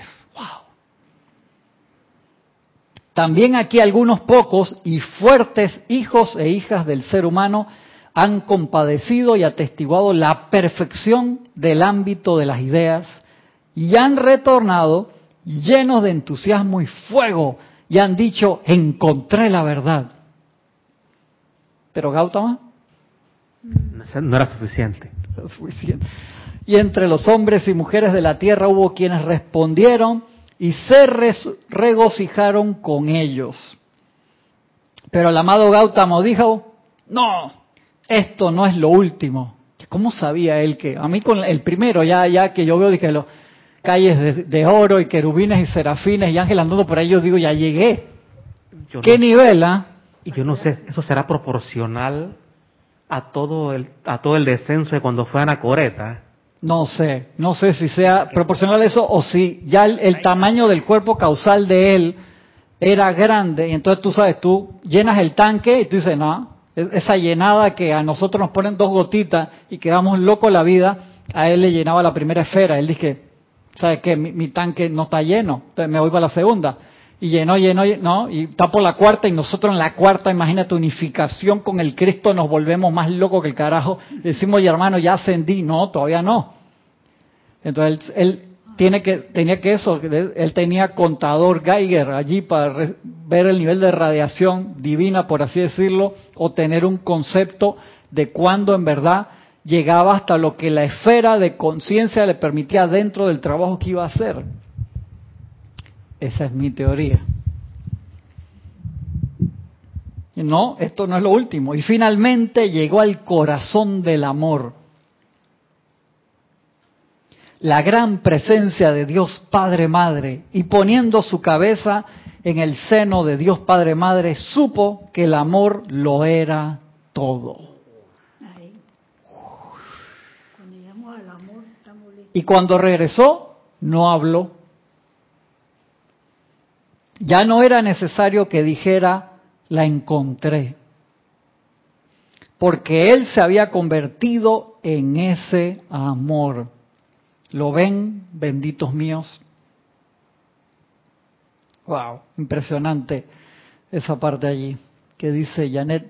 También aquí algunos pocos y fuertes hijos e hijas del ser humano han compadecido y atestiguado la perfección del ámbito de las ideas y han retornado llenos de entusiasmo y fuego y han dicho, encontré la verdad. Pero Gautama no era suficiente. No era suficiente. Y entre los hombres y mujeres de la tierra hubo quienes respondieron y se regocijaron con ellos. Pero el amado Gautama dijo, no, esto no es lo último. ¿Cómo sabía él que? A mí con el primero, ya que yo veo de que los calles de oro y querubines y serafines y ángeles andando por ahí, yo digo, ya llegué. ¿Qué nivel, ah? Y yo no sé, ¿eso será proporcional a todo el descenso de cuando fue Anacoreta? No sé si sea proporcional a eso o si ya el tamaño del cuerpo causal de él era grande y entonces tú sabes, tú llenas el tanque y tú dices, no, esa llenada que a nosotros nos ponen 2 gotitas y quedamos locos la vida, a él le llenaba la primera esfera. Él dice, ¿sabes qué? Mi tanque no está lleno, entonces me voy para la segunda. Y llenó, ¿no? Y está por la cuarta y nosotros en la cuarta, imagínate, unificación con el Cristo, nos volvemos más locos que el carajo. Y decimos, oye hermano, ya ascendí. No, todavía no. Entonces él él tenía contador Geiger allí para ver el nivel de radiación divina, por así decirlo, o tener un concepto de cuándo en verdad llegaba hasta lo que la esfera de conciencia le permitía dentro del trabajo que iba a hacer. Esa es mi teoría. No, esto no es lo último. Y finalmente llegó al corazón del amor. La gran presencia de Dios Padre Madre, y poniendo su cabeza en el seno de Dios Padre Madre, supo que el amor lo era todo. Cuando llegamos al amor, estamos listos. Y cuando regresó, no habló. Ya no era necesario que dijera, la encontré, porque él se había convertido en ese amor. ¿Lo ven, benditos míos? Wow, impresionante esa parte allí que dice Janet.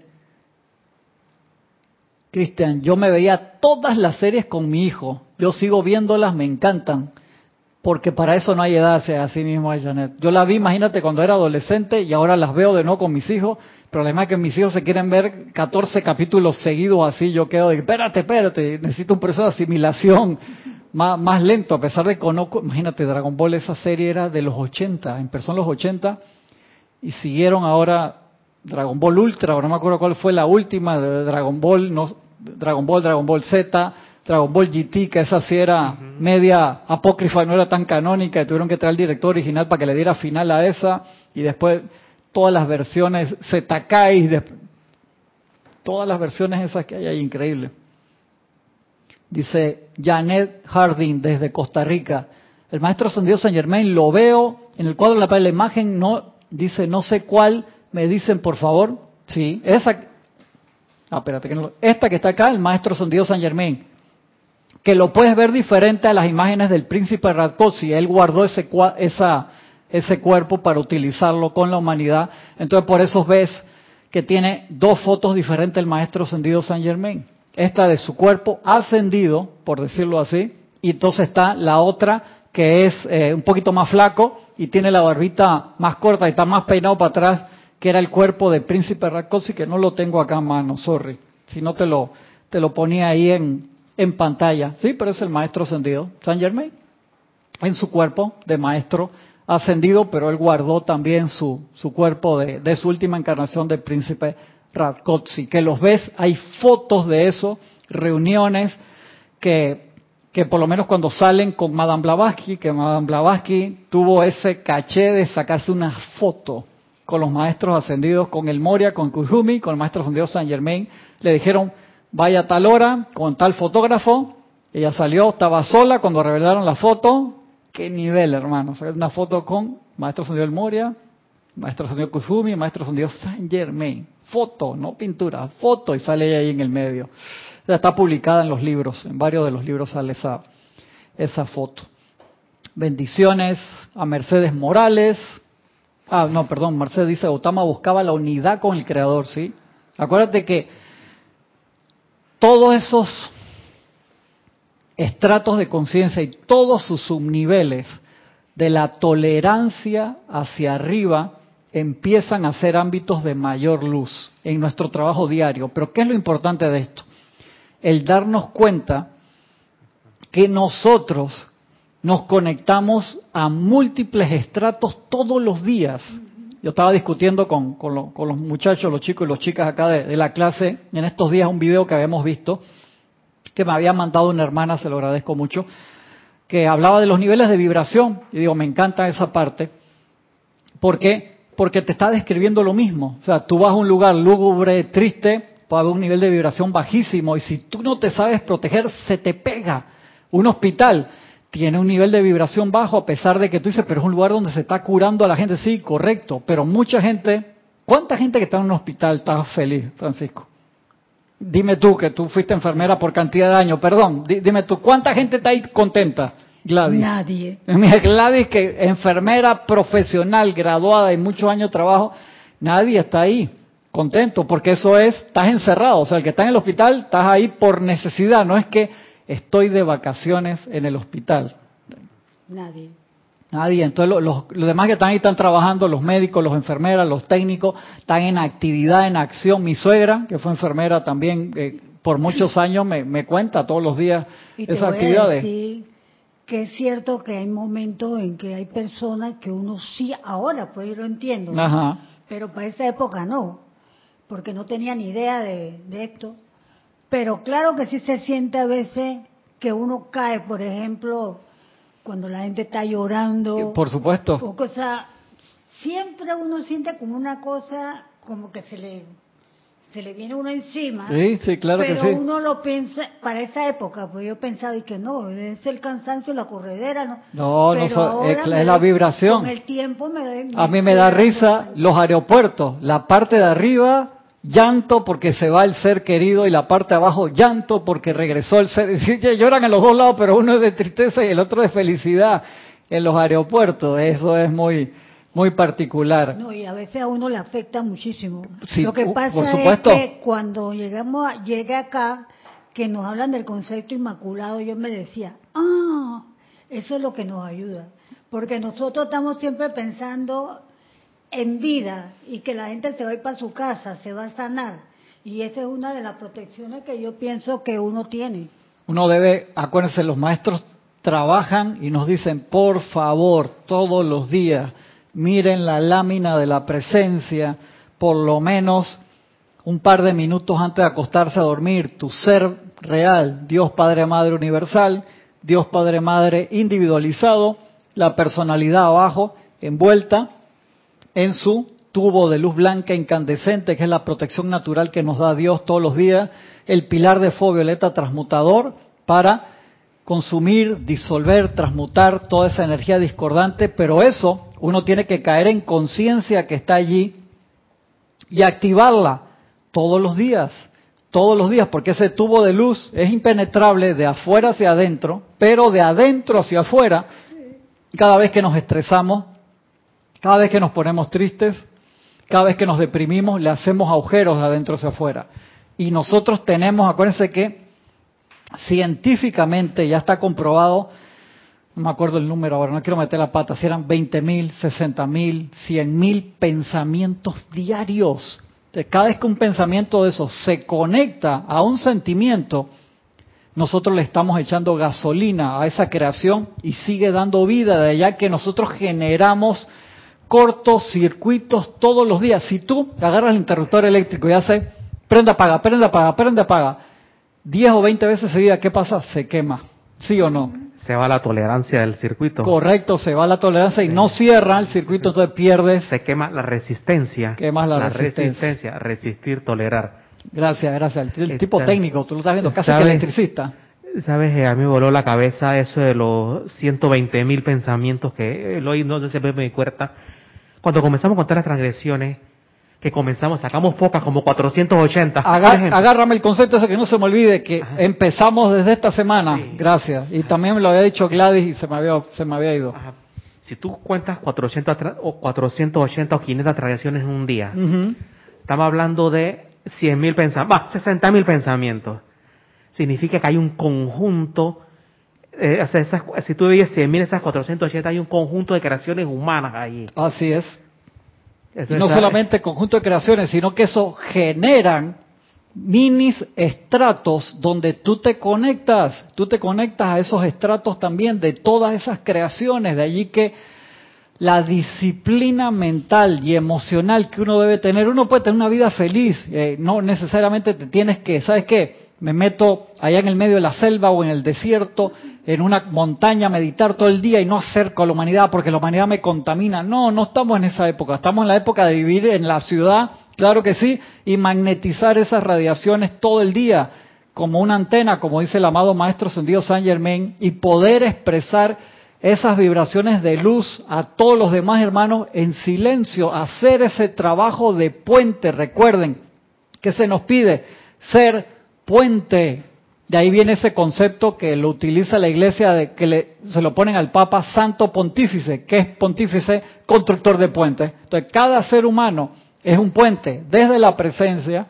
Cristian, yo me veía todas las series con mi hijo, yo sigo viéndolas, me encantan, porque para eso no hay edad, así mismo es Janet. Yo la vi, imagínate, cuando era adolescente y ahora las veo de nuevo con mis hijos. El problema es que mis hijos se quieren ver 14 capítulos seguidos así, yo quedo de, espérate, necesito un proceso de asimilación más lento, a pesar de que conozco, imagínate, Dragon Ball, esa serie era de los 80, empezó en los 80 y siguieron ahora Dragon Ball Ultra, ahora no me acuerdo cuál fue la última de Dragon Ball, Dragon Ball Z, Dragon Ball GT, que esa sí era media apócrifa, no era tan canónica, y tuvieron que traer el director original para que le diera final a esa, y después todas las versiones ZKai, todas las versiones esas que hay ahí, increíble. Dice Janet Harding desde Costa Rica, el maestro ascendido Saint Germain, lo veo en el cuadro de la imagen, no dice no sé cuál, me dicen por favor, sí, esa, espérate, que no, esta que está acá, el maestro ascendido Saint Germain, que lo puedes ver diferente a las imágenes del príncipe Radkosi, él guardó ese cuerpo para utilizarlo con la humanidad, entonces por eso ves que tiene 2 fotos diferentes el maestro ascendido Saint Germain, esta de su cuerpo ascendido, por decirlo así, y entonces está la otra que es un poquito más flaco y tiene la barbita más corta y está más peinado para atrás, que era el cuerpo del príncipe Radkosi, que no lo tengo acá a mano, sorry, si no te lo ponía ahí en pantalla, sí, pero es el maestro ascendido Saint Germain, en su cuerpo de maestro ascendido, pero él guardó también su cuerpo de su última encarnación del príncipe Radkosi, que los ves, hay fotos de eso, reuniones que por lo menos cuando salen con Madame Blavatsky, que Madame Blavatsky tuvo ese caché de sacarse una foto con los maestros ascendidos, con el Moria, con Kuzumi, con el maestro ascendido Saint Germain, le dijeron, vaya a tal hora, con tal fotógrafo, ella salió, estaba sola cuando revelaron la foto, qué nivel hermano, una foto con maestro ascendido del Moria, maestro ascendido Kuzumi, maestro ascendido Saint Germain, foto, no pintura, foto, y sale ella ahí en el medio. Está publicada en los libros, en varios de los libros sale esa foto. Bendiciones a Mercedes Morales. Mercedes dice, Gautama buscaba la unidad con el Creador, ¿sí? Acuérdate que todos esos estratos de conciencia y todos sus subniveles de la tolerancia hacia arriba empiezan a ser ámbitos de mayor luz en nuestro trabajo diario. Pero ¿qué es lo importante de esto? El darnos cuenta que nosotros nos conectamos a múltiples estratos todos los días. Yo estaba discutiendo con los muchachos, los chicos y las chicas acá de la clase en estos días un video que habíamos visto, que me había mandado una hermana, se lo agradezco mucho, que hablaba de los niveles de vibración. Y digo, me encanta esa parte. ¿Por qué? Porque te está describiendo lo mismo. O sea, tú vas a un lugar lúgubre, triste, puede haber un nivel de vibración bajísimo, y si tú no te sabes proteger, se te pega. Un hospital tiene un nivel de vibración bajo, a pesar de que tú dices, pero es un lugar donde se está curando a la gente. Sí, correcto, pero mucha gente, ¿cuánta gente que está en un hospital está feliz, Francisco? Dime tú, que tú fuiste enfermera por cantidad de años, perdón, dime tú, ¿cuánta gente está ahí contenta, Gladys? Nadie. Mira, Gladys, que enfermera profesional, graduada y muchos años de trabajo, nadie está ahí contento, porque eso es, estás encerrado, o sea, el que está en el hospital, estás ahí por necesidad, no es que estoy de vacaciones en el hospital. Nadie. Nadie. Entonces los demás que están ahí están trabajando, los médicos, los enfermeras, los técnicos, están en actividad, en acción. Mi suegra, que fue enfermera también por muchos años, me cuenta todos los días esas actividades. Sí, que es cierto que hay momentos en que hay personas que uno sí, ahora pues yo lo entiendo, ¿no? Ajá. Pero para esa época no, porque no tenía ni idea de esto. Pero claro que sí se siente a veces que uno cae, por ejemplo, cuando la gente está llorando. Por supuesto. O cosa, siempre uno siente como una cosa, como que se le viene uno encima. Sí, sí, claro que sí. Pero uno lo piensa, para esa época, pues yo pensaba y que no, es el cansancio, la corredera, ¿no? No, es la vibración. Con el tiempo a mí me da risa los aeropuertos, la parte de arriba llanto porque se va el ser querido y la parte de abajo llanto porque regresó el ser. Lloran en los dos lados, pero uno es de tristeza y el otro de felicidad en los aeropuertos. Eso es muy muy particular. No, y a veces a uno le afecta muchísimo. Sí, lo que pasa por supuesto. es que cuando llegué acá, que nos hablan del concepto inmaculado, yo me decía, eso es lo que nos ayuda. Porque nosotros estamos siempre pensando en vida y que la gente se va a ir para su casa, se va a sanar. Y esa es una de las protecciones que yo pienso que uno tiene. Uno debe, acuérdense, los maestros trabajan y nos dicen, por favor, todos los días, miren la lámina de la presencia, por lo menos un par de minutos antes de acostarse a dormir, tu ser real, Dios Padre Madre Universal, Dios Padre Madre individualizado, la personalidad abajo, envuelta en su tubo de luz blanca incandescente, que es la protección natural que nos da Dios todos los días, el pilar de fuego violeta transmutador para consumir, disolver, transmutar toda esa energía discordante, pero eso uno tiene que caer en conciencia que está allí y activarla todos los días, porque ese tubo de luz es impenetrable de afuera hacia adentro, pero de adentro hacia afuera, cada vez que nos estresamos, cada vez que nos ponemos tristes, cada vez que nos deprimimos, le hacemos agujeros de adentro hacia afuera. Y nosotros tenemos, acuérdense que científicamente ya está comprobado, no me acuerdo el número ahora, no quiero meter la pata, si eran 20.000, 60.000, 100.000 pensamientos diarios. Entonces, cada vez que un pensamiento de esos se conecta a un sentimiento, nosotros le estamos echando gasolina a esa creación y sigue dando vida, de allá que nosotros generamos cortocircuitos todos los días. Si tú agarras el interruptor eléctrico y haces prenda, apaga, prenda, apaga, prenda, apaga, 10 o 20 veces seguidas, ¿qué pasa? Se quema, ¿sí o no? Se va la tolerancia del circuito. Correcto, se va la tolerancia y no cierra el circuito, entonces pierdes. Se quema la resistencia. Quemas la resistencia. Resistir, tolerar. Gracias. El tipo técnico, tú lo estás viendo, casi que electricista. ¿Sabes? A mí me voló la cabeza eso de los 120.000 pensamientos que hoy no se ve en mi cuerda. Cuando comenzamos a contar las transgresiones, sacamos pocas, como 480. Agárrame el concepto ese que no se me olvide, que empezamos desde esta semana, sí. Gracias. Y también me lo había dicho Gladys y se me había ido. Ajá. Si tú cuentas 480 o 500 transgresiones en un día, estamos hablando de 100.000 pensamientos, 60.000 pensamientos. Significa que hay un conjunto, si tú dices 100.000, esas 480, hay un conjunto de creaciones humanas ahí. Así es. Y no solamente conjunto de creaciones, sino que eso generan minis estratos donde tú te conectas a esos estratos también de todas esas creaciones, de allí que la disciplina mental y emocional que uno debe tener. Uno puede tener una vida feliz, no necesariamente te tienes que, ¿sabes qué? Me meto allá en el medio de la selva o en el desierto, en una montaña, a meditar todo el día y no acerco a la humanidad porque la humanidad me contamina. No, no estamos en esa época. Estamos en la época de vivir en la ciudad, claro que sí, y magnetizar esas radiaciones todo el día como una antena, como dice el amado Maestro Ascendido Saint Germain, y poder expresar esas vibraciones de luz a todos los demás hermanos en silencio, hacer ese trabajo de puente. Recuerden que se nos pide ser puente. De ahí viene ese concepto que lo utiliza la Iglesia, de que se lo ponen al Papa Santo Pontífice, que es pontífice, constructor de puentes. Entonces, cada ser humano es un puente desde la presencia,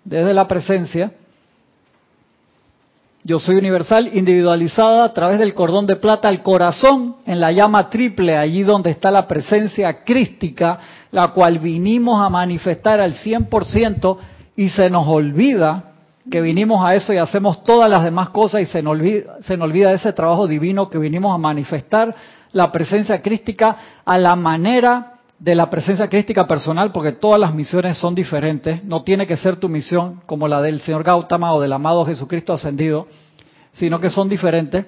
yo soy universal, individualizada a través del cordón de plata al corazón, en la llama triple, allí donde está la presencia crística, la cual vinimos a manifestar al 100%, y se nos olvida que vinimos a eso y hacemos todas las demás cosas, y se nos olvida ese trabajo divino que vinimos a manifestar, la presencia crística a la manera de la presencia crística personal, porque todas las misiones son diferentes. No tiene que ser tu misión como la del señor Gautama o del amado Jesucristo ascendido, sino que son diferentes,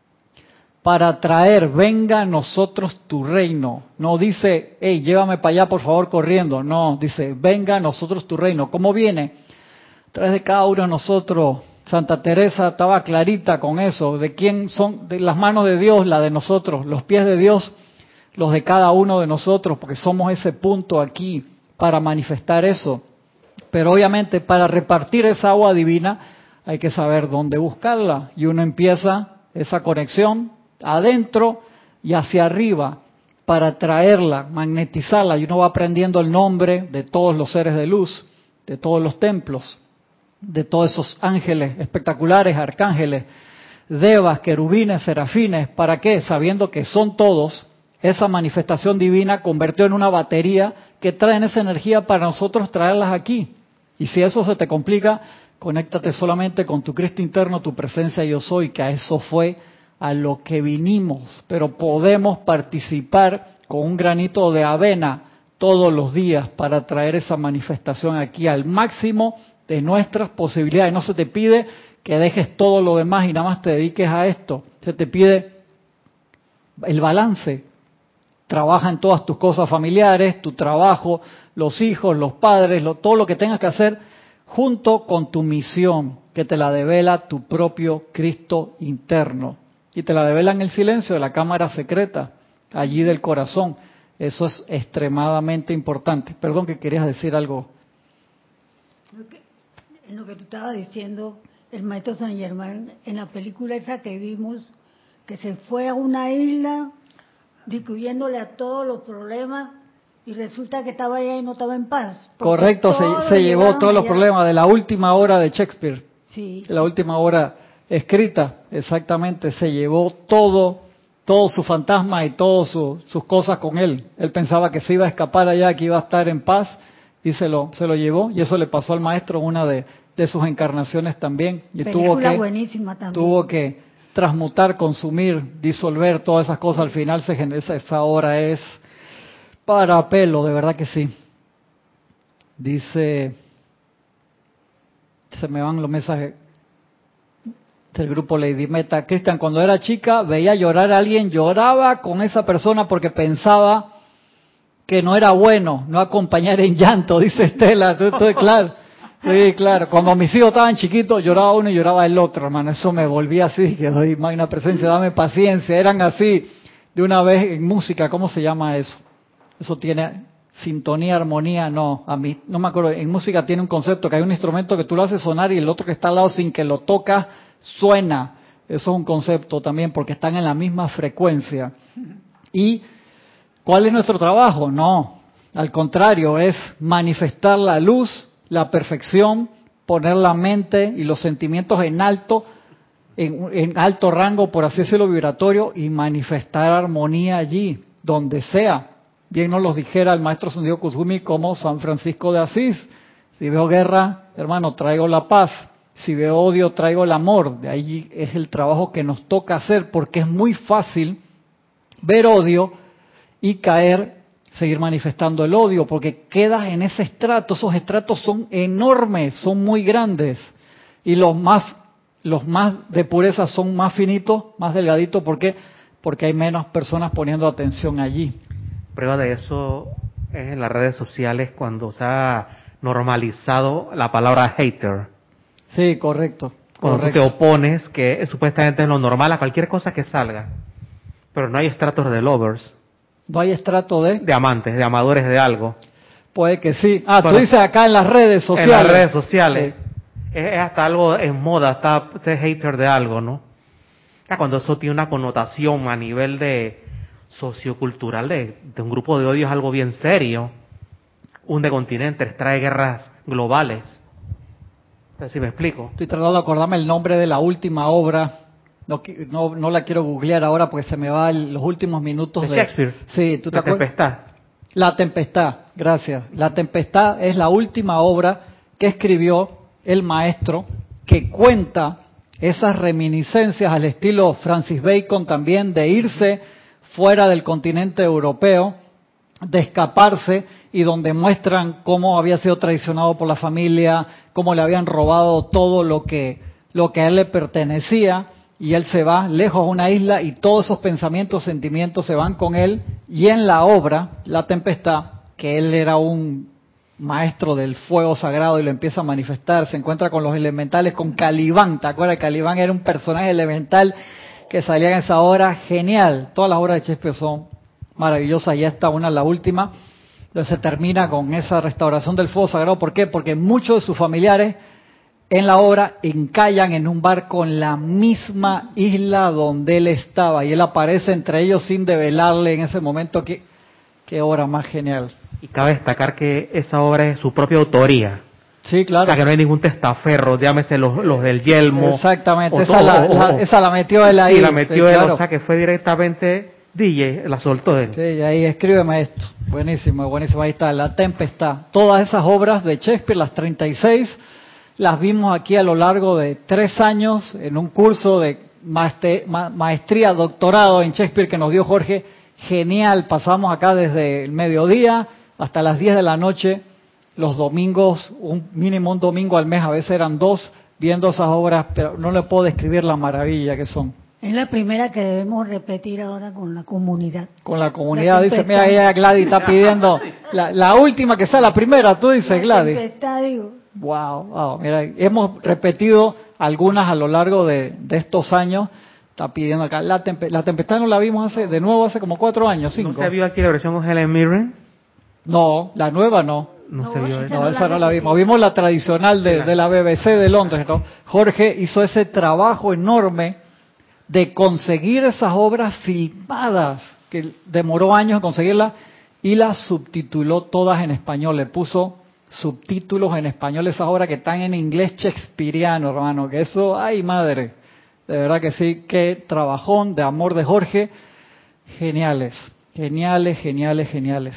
para traer, venga a nosotros tu reino. No dice, hey, llévame para allá por favor corriendo. No, dice, venga a nosotros tu reino. ¿Cómo viene? A través de cada uno de nosotros. Santa Teresa estaba clarita con eso, de quién son, de las manos de Dios, la de nosotros, los pies de Dios, los de cada uno de nosotros, porque somos ese punto aquí para manifestar eso. Pero obviamente para repartir esa agua divina hay que saber dónde buscarla, y uno empieza esa conexión adentro y hacia arriba para traerla, magnetizarla, y uno va aprendiendo el nombre de todos los seres de luz, de todos los templos, de todos esos ángeles espectaculares, arcángeles, devas, querubines, serafines. ¿Para qué? Sabiendo que son todos esa manifestación divina convirtió en una batería que traen esa energía para nosotros traerlas aquí. Y si eso se te complica, conéctate solamente con tu Cristo interno, tu presencia yo soy, que a eso fue a lo que vinimos. Pero podemos participar con un granito de avena todos los días para traer esa manifestación aquí al máximo de nuestras posibilidades. No se te pide que dejes todo lo demás y nada más te dediques a esto. Se te pide el balance. Trabaja en todas tus cosas familiares, tu trabajo, los hijos, los padres, todo lo que tengas que hacer junto con tu misión, que te la devela tu propio Cristo interno. Y te la devela en el silencio de la cámara secreta, allí del corazón. Eso es extremadamente importante. Perdón, que querías decir algo. En lo que tú estabas diciendo, el maestro Saint Germain, en la película esa que vimos, que se fue a una isla discutiéndole a todos los problemas, y resulta que estaba allá y no estaba en paz. Correcto, se llevó todos los problemas de la última hora de Shakespeare, sí, de la última hora escrita, exactamente, se llevó todo su fantasma y todas sus cosas con él. Él pensaba que se iba a escapar allá, que iba a estar en paz, y se lo llevó, y eso le pasó al maestro en una de sus encarnaciones también. Y buenísima también. Tuvo que transmutar, consumir, disolver todas esas cosas. Al final esa hora es para pelo, de verdad que sí. Dice, se me van los mensajes del grupo Lady Meta. Cristian, cuando era chica veía llorar a alguien, lloraba con esa persona porque pensaba que no era bueno no acompañar en llanto, dice Estela. Claro. Sí, claro. Cuando mis hijos estaban chiquitos, lloraba uno y lloraba el otro, hermano. Eso me volvía así, que doy magna presencia, dame paciencia. Eran así, de una vez en música, ¿cómo se llama eso? Eso tiene sintonía, armonía, no, a mí, no me acuerdo. En música tiene un concepto, que hay un instrumento que tú lo haces sonar y el otro que está al lado sin que lo tocas, suena. Eso es un concepto también, porque están en la misma frecuencia. ¿Y cuál es nuestro trabajo? No, al contrario, es manifestar la luz, la perfección, poner la mente y los sentimientos en alto rango, por así decirlo, vibratorio, y manifestar armonía allí, donde sea. Bien nos los dijera el maestro Ascendido Kusumi como San Francisco de Asís. Si veo guerra, hermano, traigo la paz. Si veo odio, traigo el amor. De ahí es el trabajo que nos toca hacer, porque es muy fácil ver odio y caer, seguir manifestando el odio, porque quedas en ese estrato. Esos estratos son enormes, son muy grandes, y los más de pureza son más finitos, más delgaditos. ¿Por qué? Porque hay menos personas poniendo atención allí. Prueba de eso es en las redes sociales cuando se ha normalizado la palabra hater. Sí, correcto. Cuando tú te opones, que supuestamente es lo normal a cualquier cosa que salga. Pero no hay estratos de lovers. No hay estrato de amantes, de amadores de algo. Puede que sí. Tú dices acá en las redes sociales. En las redes sociales. Es hasta algo en moda, está ser hater de algo, ¿no? Cuando eso tiene una connotación a nivel de sociocultural de un grupo de odio, es algo bien serio. Hunde continentes, trae guerras globales. No sé si me explico. Estoy tratando de acordarme el nombre de la última obra. No la quiero googlear ahora porque se me va los últimos minutos de Shakespeare. Sí, ¿tú te acuerdas? La Tempestad. La Tempestad, gracias. La Tempestad es la última obra que escribió el maestro, que cuenta esas reminiscencias al estilo Francis Bacon también, de irse fuera del continente europeo, de escaparse, y donde muestran cómo había sido traicionado por la familia, cómo le habían robado todo lo que a él le pertenecía, y él se va lejos a una isla y todos esos pensamientos, sentimientos se van con él. Y en la obra, La Tempestad, que él era un maestro del fuego sagrado y lo empieza a manifestar, se encuentra con los elementales, con Calibán. ¿Te acuerdas? Calibán era un personaje elemental que salía en esa obra. Genial. Todas las obras de Shakespeare son maravillosas, y esta una, la última, se termina con esa restauración del fuego sagrado. ¿Por qué? Porque muchos de sus familiares en la obra encallan en un barco en la misma isla donde él estaba, y él aparece entre ellos sin develarle en ese momento. Qué obra más genial. Y cabe destacar que esa obra es su propia autoría. Sí, claro. O sea, que no hay ningún testaferro, llámese los del yelmo. Exactamente, esa la metió él ahí. Sí, la metió él, claro. O sea, que fue directamente DJ, la soltó él. Sí, ahí escríbeme esto. Buenísimo, buenísimo. Ahí está, La Tempestad. Todas esas obras de Shakespeare, las 36, las vimos aquí a lo largo de 3 años en un curso de maestría, doctorado en Shakespeare que nos dio Jorge. Genial, pasamos acá desde el mediodía hasta las 10 de la noche, los domingos, mínimo un domingo al mes, a veces eran 2, viendo esas obras, pero no le puedo describir la maravilla que son. Es la primera que debemos repetir ahora con la comunidad. Con la comunidad, dice, mira, ella Gladys está pidiendo la última que sea la primera, tú dices, Gladys. Wow, mira, hemos repetido algunas a lo largo de estos años. Está pidiendo acá, la Tempestad no la vimos hace como 4 años, 5. ¿No se vio aquí la versión con Helen Mirren? No, la nueva no. No se vio esa. No, esa no la vimos. Vimos la tradicional de la BBC de Londres, ¿no? Jorge hizo ese trabajo enorme de conseguir esas obras filmadas, que demoró años en conseguirlas, y las subtituló todas en español. Le puso subtítulos en español esas obras que están en inglés shakespeariano, hermano. Que eso, ay madre, de verdad que sí, qué trabajón de amor de Jorge. Geniales, geniales, geniales, geniales.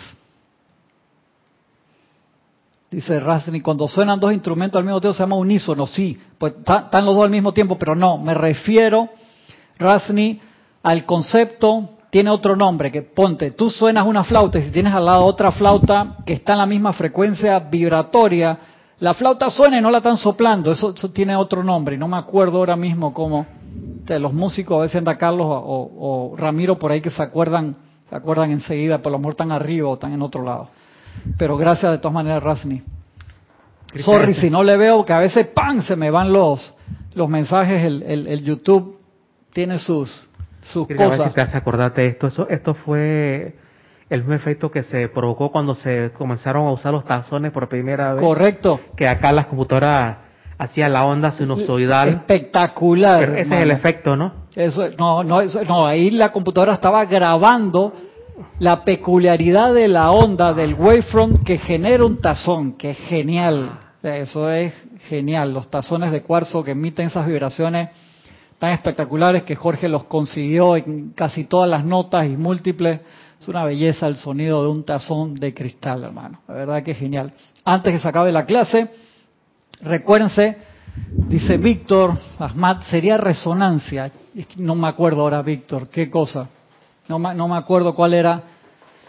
Dice Rasni, cuando suenan 2 instrumentos al mismo tiempo se llama unísono. Sí, pues están los 2 al mismo tiempo, pero no, me refiero, Rasni, al concepto, tiene otro nombre, que ponte, tú suenas una flauta y si tienes al lado otra flauta que está en la misma frecuencia vibratoria, la flauta suena y no la están soplando. Eso tiene otro nombre y no me acuerdo ahora mismo cómo. Los músicos, a veces anda Carlos o Ramiro por ahí que se acuerdan enseguida, por lo mejor están arriba o están en otro lado. Pero gracias de todas maneras, Rasni. Sorry si no le veo, que a veces ¡pam! Se me van los mensajes. El YouTube tiene sus cosas. A ver si te hace acordarte de esto. Esto fue el mismo efecto que se provocó cuando se comenzaron a usar los tazones por primera vez. Correcto. Que acá las computadoras hacían la onda sinusoidal. Espectacular. Pero ese es el efecto, ¿no? No, ahí la computadora estaba grabando la peculiaridad de la onda del wavefront que genera un tazón, que es genial. Eso es genial. Los tazones de cuarzo que emiten esas vibraciones tan espectaculares que Jorge los consiguió en casi todas las notas y múltiples. Es una belleza el sonido de un tazón de cristal, hermano. La verdad que es genial. Antes que se acabe la clase, recuérdense, dice Víctor Ahmad, sería resonancia. No me acuerdo ahora, Víctor, qué cosa. No me acuerdo cuál era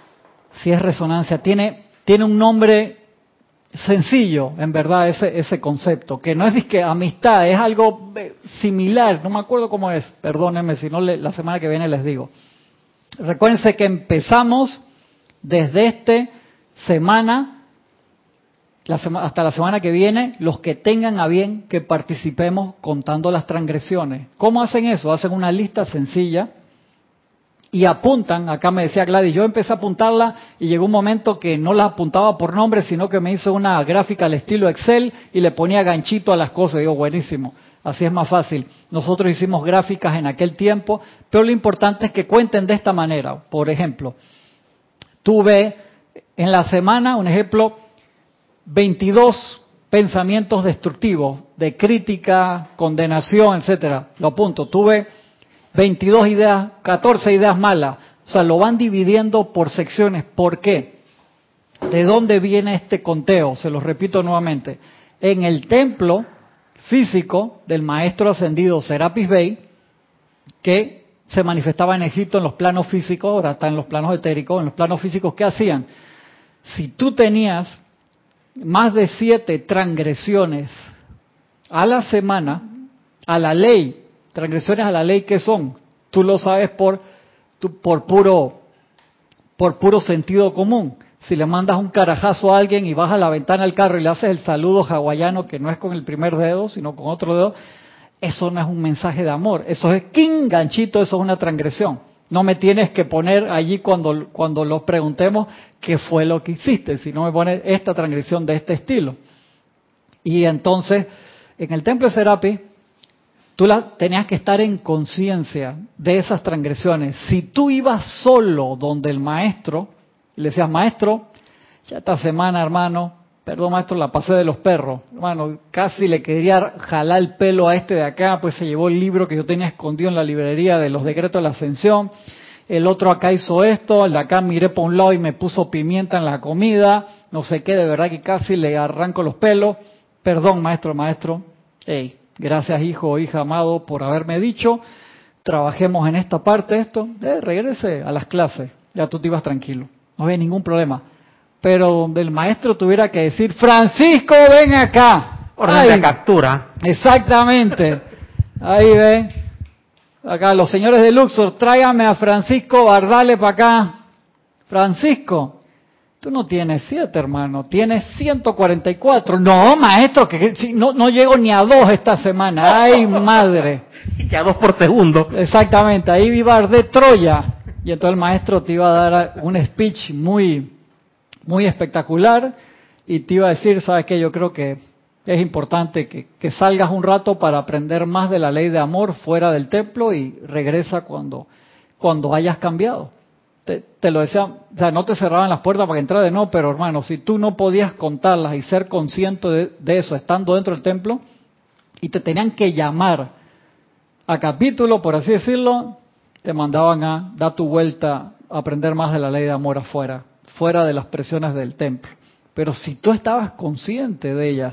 si es resonancia, tiene un nombre sencillo, en verdad, ese concepto, que no es disque amistad, es algo similar, no me acuerdo cómo es, perdónenme, si no la semana que viene les digo. Recuérdense que empezamos desde esta semana, hasta la semana que viene, los que tengan a bien que participemos contando las transgresiones. ¿Cómo hacen eso? Hacen una lista sencilla y apuntan. Acá me decía Gladys, yo empecé a apuntarla y llegó un momento que no la apuntaba por nombre, sino que me hizo una gráfica al estilo Excel y le ponía ganchito a las cosas. Digo, buenísimo, así es más fácil. Nosotros hicimos gráficas en aquel tiempo, pero lo importante es que cuenten de esta manera. Por ejemplo, tuve en la semana, un ejemplo, 22 pensamientos destructivos, de crítica, condenación, etcétera. Lo apunto. Tuve 22 ideas, 14 ideas malas. O sea, lo van dividiendo por secciones. ¿Por qué? ¿De dónde viene este conteo? Se los repito nuevamente. En el templo físico del maestro ascendido Serapis Bey, que se manifestaba en Egipto en los planos físicos, ahora está en los planos etéricos, en los planos físicos, ¿qué hacían? Si tú tenías más de 7 transgresiones a la semana, a la ley, transgresiones a la ley, ¿qué son? Tú lo sabes por puro sentido común. Si le mandas un carajazo a alguien y bajas la ventana del carro y le haces el saludo hawaiano, que no es con el primer dedo, sino con otro dedo, eso no es un mensaje de amor. Eso es ¡king! Ganchito, eso es una transgresión. No me tienes que poner allí cuando los preguntemos qué fue lo que hiciste, sino me pones esta transgresión de este estilo. Y entonces, en el templo de Serapis, tú tenías que estar en conciencia de esas transgresiones. Si tú ibas solo donde el maestro, y le decías, maestro, ya esta semana, hermano, perdón maestro, la pasé de los perros, hermano, casi le quería jalar el pelo a este de acá, pues se llevó el libro que yo tenía escondido en la librería de los decretos de la ascensión, el otro acá hizo esto, el de acá miré por un lado y me puso pimienta en la comida, no sé qué, de verdad que casi le arranco los pelos, perdón maestro, hey, gracias hijo o hija amado por haberme dicho, trabajemos en esta parte, regrese a las clases, ya tú te ibas tranquilo, no había ningún problema. Pero donde el maestro tuviera que decir, Francisco, ven acá. Orden de captura. Exactamente. Ahí ve. Acá los señores de Luxor, tráigame a Francisco Bardale para acá. Francisco, tú no tienes 7, hermano, tienes 144. No, maestro, que no llego ni a 2 esta semana. Ay, madre. Que a 2 por segundo. Exactamente, ahí vi de Troya. Y entonces el maestro te iba a dar un speech muy espectacular y te iba a decir, ¿sabes qué? Yo creo que es importante que salgas un rato para aprender más de la ley de amor fuera del templo y regresa cuando hayas cambiado. Te lo decía, o sea, no te cerraban las puertas para que entraras de nuevo, pero hermano, si tú no podías contarlas y ser consciente de eso estando dentro del templo y te tenían que llamar a capítulo, por así decirlo, te mandaban a dar tu vuelta a aprender más de la ley de amor afuera, fuera de las presiones del templo. Pero si tú estabas consciente de ellas,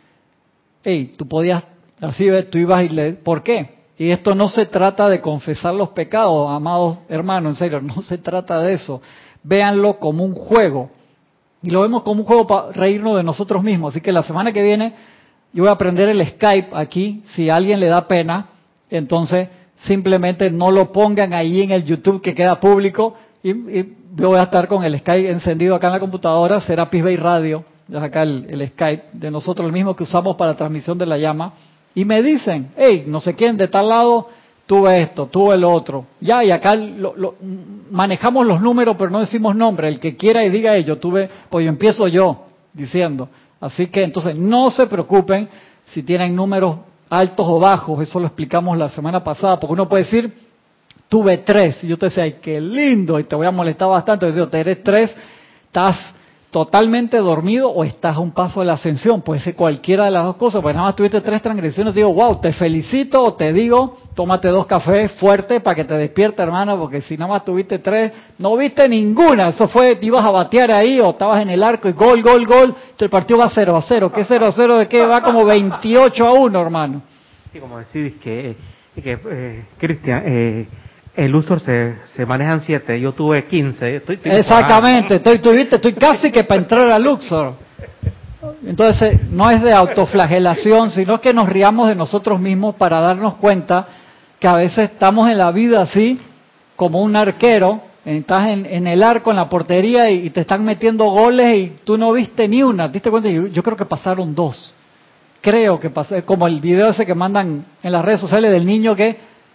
tú podías, así tú ibas y ¿por qué? Y esto no se trata de confesar los pecados, amados hermanos, en serio, no se trata de eso. Véanlo como un juego. Y lo vemos como un juego para reírnos de nosotros mismos. Así que la semana que viene yo voy a aprender el Skype aquí, si a alguien le da pena, entonces simplemente no lo pongan ahí en el YouTube que queda público y yo voy a estar con el Skype encendido acá en la computadora, Serapis Bay Radio, ya acá el Skype de nosotros, el mismo que usamos para la transmisión de la llama, y me dicen, no sé quién de tal lado, tuve esto, tuve lo otro, ya, y acá manejamos los números, pero no decimos nombre, el que quiera y diga, yo tuve, pues yo empiezo yo diciendo, así que entonces no se preocupen si tienen números altos o bajos, eso lo explicamos la semana pasada, porque uno puede decir, tuve 3, y yo te decía, ay, qué lindo, y te voy a molestar bastante, yo digo, tenés 3, estás totalmente dormido o estás a un paso de la ascensión, puede ser cualquiera de las dos cosas, pues nada más tuviste 3 transgresiones, digo, wow, te felicito, o te digo, tómate 2 cafés fuertes para que te despiertes, hermano, porque si nada más tuviste 3, no viste ninguna, eso fue, te ibas a batear ahí, o estabas en el arco y gol, el partido va 0-0, ¿qué 0-0 de qué? Va como 28-1, hermano. Sí, como decís que Cristian, El Luxor se manejan 7, yo tuve 15. Estoy exactamente, estoy casi que para entrar al Luxor. Entonces, no es de autoflagelación, sino que nos riamos de nosotros mismos para darnos cuenta que a veces estamos en la vida así, como un arquero, estás en el arco, en la portería, y te están metiendo goles y tú no viste ni una. ¿Te diste cuenta? Yo creo que pasaron 2. Creo que pasó, como el video ese que mandan en las redes sociales del niño que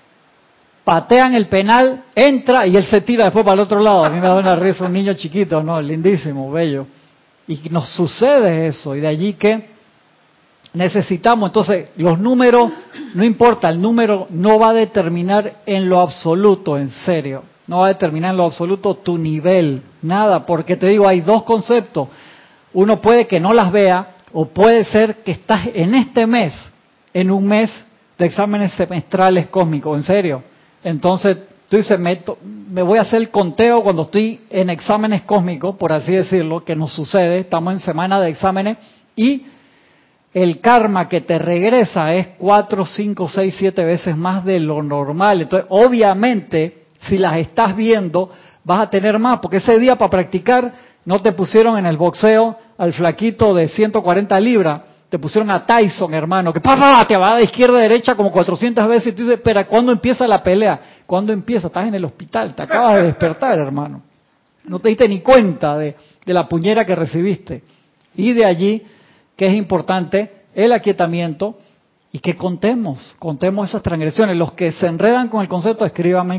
patean el penal, entra y él se tira después para el otro lado. A mí me da una risa, un niño chiquito, ¿no? Lindísimo, bello. Y nos sucede eso, y de allí que necesitamos, entonces, los números, no importa, el número no va a determinar en lo absoluto, en serio, no va a determinar en lo absoluto tu nivel, nada, porque te digo, hay 2 conceptos. Uno puede que no las vea, o puede ser que estás en este mes, en un mes de exámenes semestrales cósmicos, en serio. Entonces, tú dices, me voy a hacer el conteo cuando estoy en exámenes cósmicos, por así decirlo, que nos sucede, estamos en semana de exámenes, y el karma que te regresa es 4, 5, 6, 7 veces más de lo normal. Entonces, obviamente, si las estás viendo, vas a tener más, porque ese día para practicar no te pusieron en el boxeo al flaquito de 140 libras, te pusieron a Tyson, hermano, que te va de izquierda a derecha como 400 veces, y tú dices, espera, ¿cuándo empieza la pelea? ¿Cuándo empieza? Estás en el hospital, te acabas de despertar, hermano. No te diste ni cuenta de la puñera que recibiste. Y de allí que es importante el aquietamiento y que contemos esas transgresiones. Los que se enredan con el concepto, escríbame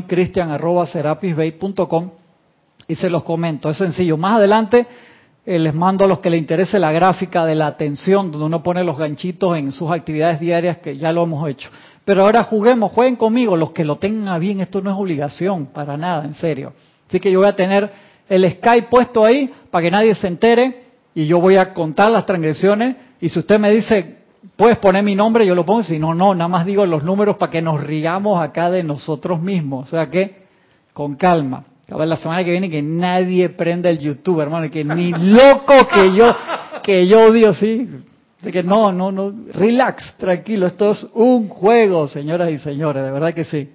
cristian@serapisbay.com y se los comento. Es sencillo. Más adelante les mando a los que les interese la gráfica de la atención, donde uno pone los ganchitos en sus actividades diarias, que ya lo hemos hecho. Pero ahora jueguen conmigo, los que lo tengan a bien, esto no es obligación, para nada, en serio. Así que yo voy a tener el Skype puesto ahí para que nadie se entere y yo voy a contar las transgresiones y si usted me dice, puedes poner mi nombre, yo lo pongo, si no, nada más digo los números para que nos riamos acá de nosotros mismos. O sea que, con calma. A ver, la semana que viene que nadie prenda el YouTube, hermano, que ni loco que yo odio, sí. De que no, relax, tranquilo, esto es un juego, señoras y señores, de verdad que sí.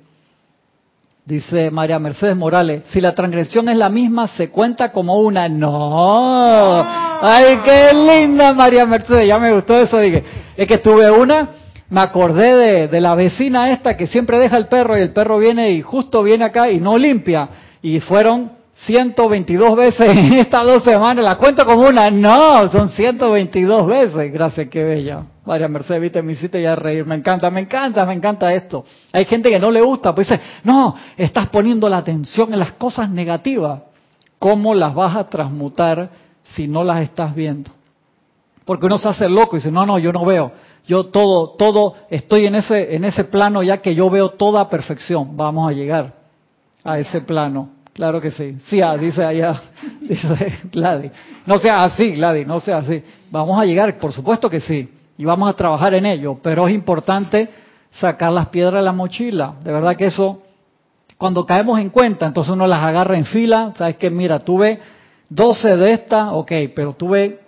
Dice María Mercedes Morales, si la transgresión es la misma, ¿se cuenta como una? No. Ay, qué linda María Mercedes, ya me gustó eso. Dije, es que tuve una, me acordé de la vecina esta que siempre deja el perro y el perro viene y justo viene acá y no limpia. Y fueron 122 veces en estas 2 semanas. ¿La cuento como una? No, son 122 veces. Gracias, qué bella. María Mercedes, viste, me hiciste ya reír. Me encanta esto. Hay gente que no le gusta, pues dice, no, estás poniendo la atención en las cosas negativas. ¿Cómo las vas a transmutar si no las estás viendo? Porque uno se hace loco y dice, no, yo no veo. Yo todo, estoy en ese plano ya que yo veo toda perfección. Vamos a llegar a ese plano. Claro que sí. Sí, dice allá, dice Gladys. No sea así, Gladys, no sea así. Vamos a llegar, por supuesto que sí. Y vamos a trabajar en ello. Pero es importante sacar las piedras de la mochila. De verdad que eso, cuando caemos en cuenta, entonces uno las agarra en fila. Sabes que, mira, tuve 12 de estas, ok, pero tuve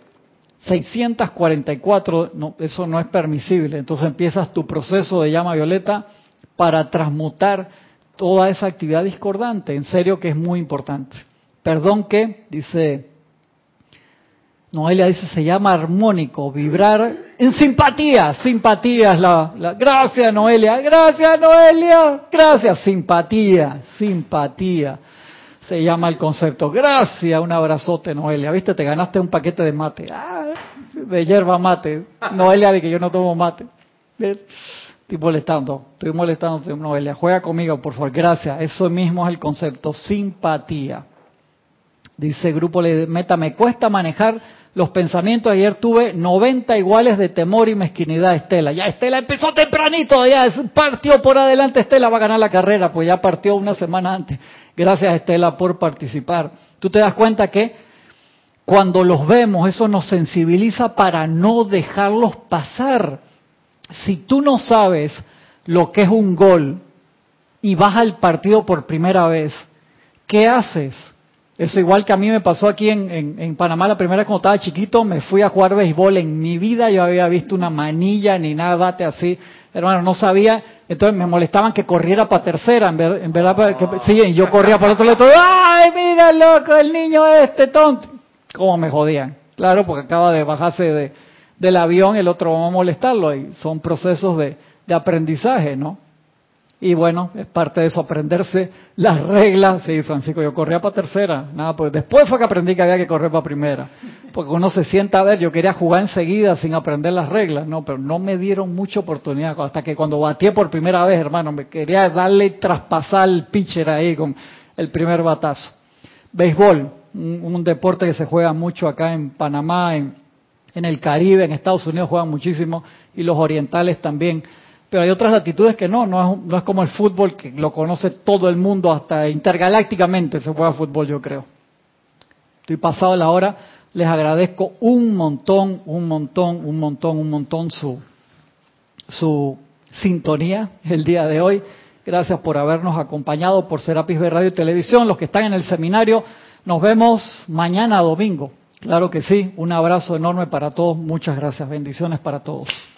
644, no, eso no es permisible. Entonces empiezas tu proceso de llama violeta para transmutar toda esa actividad discordante, en serio que es muy importante. Perdón que, dice, Noelia dice, se llama armónico, vibrar en simpatía es la gracias Noelia, gracias, simpatía, se llama el concepto. Gracias, un abrazote Noelia, viste, te ganaste un paquete de mate, de yerba mate, Noelia de que yo no tomo mate. Estoy molestando, Noelia. Juega conmigo, por favor. Gracias. Eso mismo es el concepto, simpatía. Dice Grupo Meta, me cuesta manejar los pensamientos. Ayer tuve 90 iguales de temor y mezquinidad, Estela. Ya Estela empezó tempranito, ya partió por adelante. Estela va a ganar la carrera, pues ya partió una semana antes. Gracias, Estela, por participar. Tú te das cuenta que cuando los vemos, eso nos sensibiliza para no dejarlos pasar. Si tú no sabes lo que es un gol y vas al partido por primera vez, ¿qué haces? Eso igual que a mí me pasó aquí en Panamá la primera vez cuando estaba chiquito, me fui a jugar béisbol. En mi vida yo había visto una manilla ni nada bate así. Hermano, no sabía. Entonces me molestaban que corriera para tercera. En verdad, sí, y yo corría por otro lado. ¡Ay, mira, loco, el niño tonto! ¿Cómo me jodían? Claro, porque acaba de bajarse del avión, el otro va a molestarlo. Y son procesos de aprendizaje, ¿no? Y bueno, es parte de eso, aprenderse las reglas. Sí, Francisco, yo corría para tercera. Nada, pues después fue que aprendí que había que correr para primera. Porque uno se sienta a ver, yo quería jugar enseguida sin aprender las reglas, no, pero no me dieron mucha oportunidad. Hasta que cuando bateé por primera vez, hermano, me quería darle traspasar el pitcher ahí con el primer batazo. Béisbol, un deporte que se juega mucho acá en Panamá, en el Caribe, en Estados Unidos juegan muchísimo, y los orientales también. Pero hay otras latitudes que no es como el fútbol, que lo conoce todo el mundo, hasta intergalácticamente se juega fútbol, yo creo. Estoy pasado la hora, les agradezco un montón su sintonía el día de hoy. Gracias por habernos acompañado por Serapis B Radio y Televisión. Los que están en el seminario, nos vemos mañana domingo. Claro que sí, un abrazo enorme para todos, muchas gracias, bendiciones para todos.